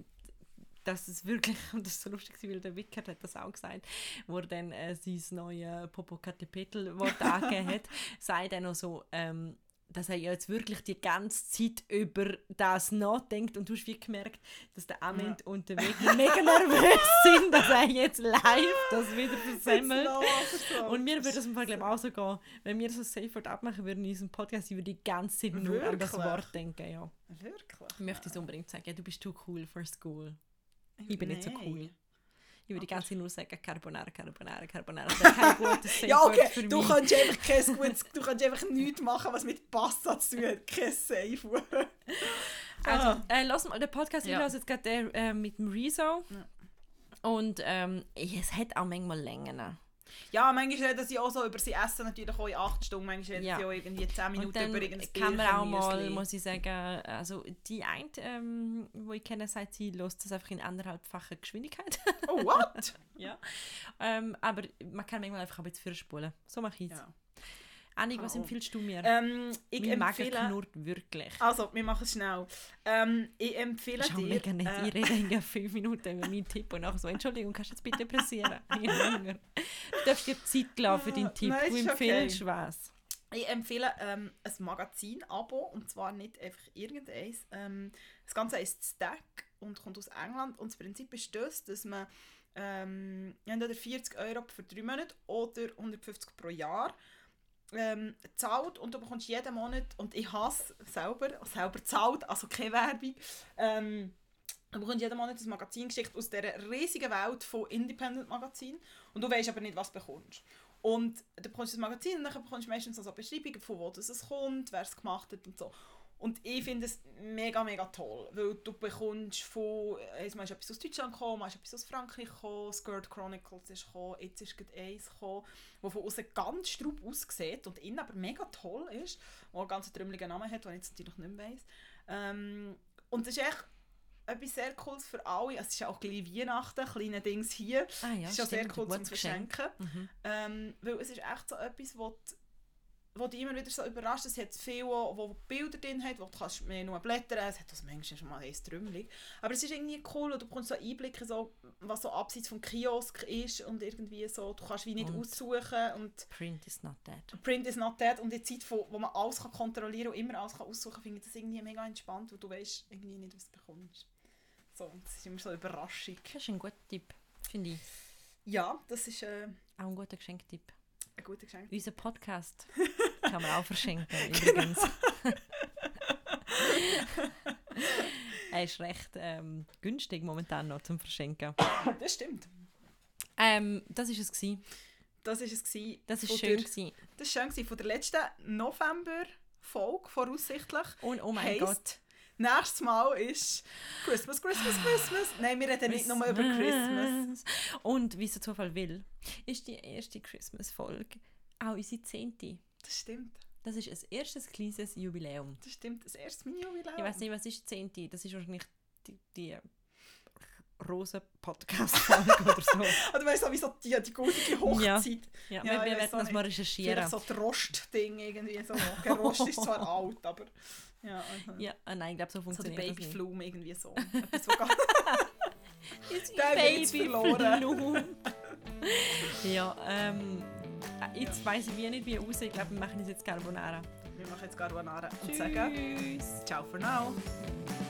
dass es wirklich, und das ist so lustig, weil der Wickert hat das auch gesagt, wo er dann äh, sein neues Popocatépetl-Wort angegeben hat, sei dann noch so, ähm, dass er ja jetzt wirklich die ganze Zeit über das nachdenkt und du hast wie gemerkt, dass der Ament ja. und der Wegner mega nervös sind, dass er jetzt live das wieder versemmelt. Und mir würde das im Fall glaube ich auch so gehen, wenn wir so Safe Word abmachen würden in diesem Podcast, ich würde die ganze Zeit nur wirklich? an das Wort denken. Ja. Wirklich? Ich möchte es unbedingt sagen, du bist too cool for school. Ich bin nee. nicht so cool. Ich würde die ganze Zeit nur sagen, Carbonara, Carbonara, Carbonara. Das wäre kein gutes Safe ja, okay. für mich. Du kannst einfach kein gutes, du kannst einfach nichts machen, was mit Pasta zu tun hat. Kein Safe Word. Also, äh, lass mal den Podcast, ja. ich höre jetzt gerade der äh, mit dem Rezo. Ja. Und ähm, es hat auch manchmal Längen. Ja, manchmal reden sie auch so über sie Essen natürlich auch in acht Stunden, manchmal reden Ja. sie auch irgendwie zehn Minuten Und dann über irgendein kann man auch mal, Müsli. muss ich sagen, also die eine, ähm, die ich kenne, sagt, sie lässt das einfach in anderthalbfacher Geschwindigkeit. Oh, what? Ja. Ähm, aber man kann manchmal einfach ein bisschen vorspulen. So mache ich es. Ja. Annik, was Oh. empfiehlst du mir? Ähm, ich mein Magen empfehle... knurrt wirklich. Also, wir machen es schnell. Ähm, ich empfehle Das ist auch dir... mega nett. äh, Ich rede in fünf Minuten über meinen Tipp und nachher so, Entschuldigung, kannst du jetzt bitte pressieren? Ich habe Hunger. Du darfst dir Zeit lassen für deinen Tipp. Nein, Du ist empfiehlst okay. was? Ich empfehle ähm, ein Magazin-Abo, und zwar nicht einfach irgendeins. Ähm, das Ganze heisst Stack und kommt aus England. Und das Prinzip ist das, dass man ähm, entweder vierzig Euro für drei Monate oder hundertfünfzig pro Jahr ähm, zahlt, und du bekommst jeden Monat, und ich hasse selber, selber zahlt, also keine Werbung, ähm, du bekommst jeden Monat ein Magazin geschickt aus dieser riesigen Welt von Independent-Magazinen, und du weißt aber nicht, was du bekommst. Und du bekommst das Magazin und dann bekommst du meistens so Beschreibungen, von wo das es kommt, wer es gemacht hat und so. Und ich finde es mega, mega toll, weil du bekommst von, einmal ist etwas aus Deutschland gekommen, mal ist etwas aus Frankreich gekommen, Skirt Chronicles ist gekommen, jetzt ist gerade eins gekommen, das von außen ganz straub aussieht und innen aber mega toll ist, wo einen ganz trümmeligen Namen hat, den ich jetzt natürlich nicht mehr weiss. Ähm, und das ist echt etwas sehr Cooles für alle. Es ist ja auch gleich Weihnachten, kleine Dings hier. Ah ja, Es ist auch sehr stimmt, cool ein zum gutes Geschenk. Verschenken. Mhm. Ähm, weil es ist echt so etwas, wo die, wo dich immer wieder so überrascht. Es hat viel, wo, wo Bilder drin hat, wo du kannst mehr nur blättern. Es hat also manchmal schon mal eins trümmelig. Aber es ist irgendwie cool, und du bekommst so Einblicke, so, was so abseits vom Kiosk ist, und irgendwie so, du kannst wie nicht Und aussuchen. Und Print is not dead. Print is not dead. Und in der Zeit, wo, wo man alles kann kontrollieren und immer alles kann aussuchen kann, finde ich das irgendwie mega entspannt, weil du weißt irgendwie nicht, was du bekommst. So, das ist immer so eine Überraschung. Das ist ein guter Tipp, finde ich. Ja, das ist äh, Auch ein guter Geschenktipp. ein guter Geschenk. Unser Podcast kann man auch verschenken, übrigens. Er ist recht ähm, günstig momentan noch zum Verschenken. Das stimmt. Ähm, das war es. Gewesen. Das war es. Gewesen Das war von schön. Der, Gewesen. das war schön gewesen von der letzten November-Folge, voraussichtlich. Und oh mein Heisst, Gott. Nächstes Mal ist Christmas, Christmas, Christmas. Nein, wir reden nicht nur über Christmas. Und wie es der Zufall will, ist die erste Christmas-Folge auch unsere zehnte. Das stimmt. Das ist ein erstes kleines Jubiläum. Das stimmt. Das erste Mini-Jubiläum. Ich weiß nicht, was ist die zehnte? Das ist wahrscheinlich die, die Rosen-Podcast-Folge oder so. Oder weißt du, wie so die, die goldige Hochzeit. Ja, Ja, wir, ich wir weiss werden auch das mal nicht. recherchieren. Vielleicht so das Rost-Ding irgendwie so. Der Rost ist zwar alt, aber... Ja, also. Ja, äh, nein, ich glaube, so So der funktioniert das nicht. Babyflume irgendwie so. Etwas, wo gar- Ist Der wird jetzt verloren. Ja, ähm, jetzt weiss ich wie nicht, wie aussieht. Ich glaube, wir machen uns jetzt Carbonara. Wir machen jetzt Carbonara und Tschüss. sagen Ciao for now.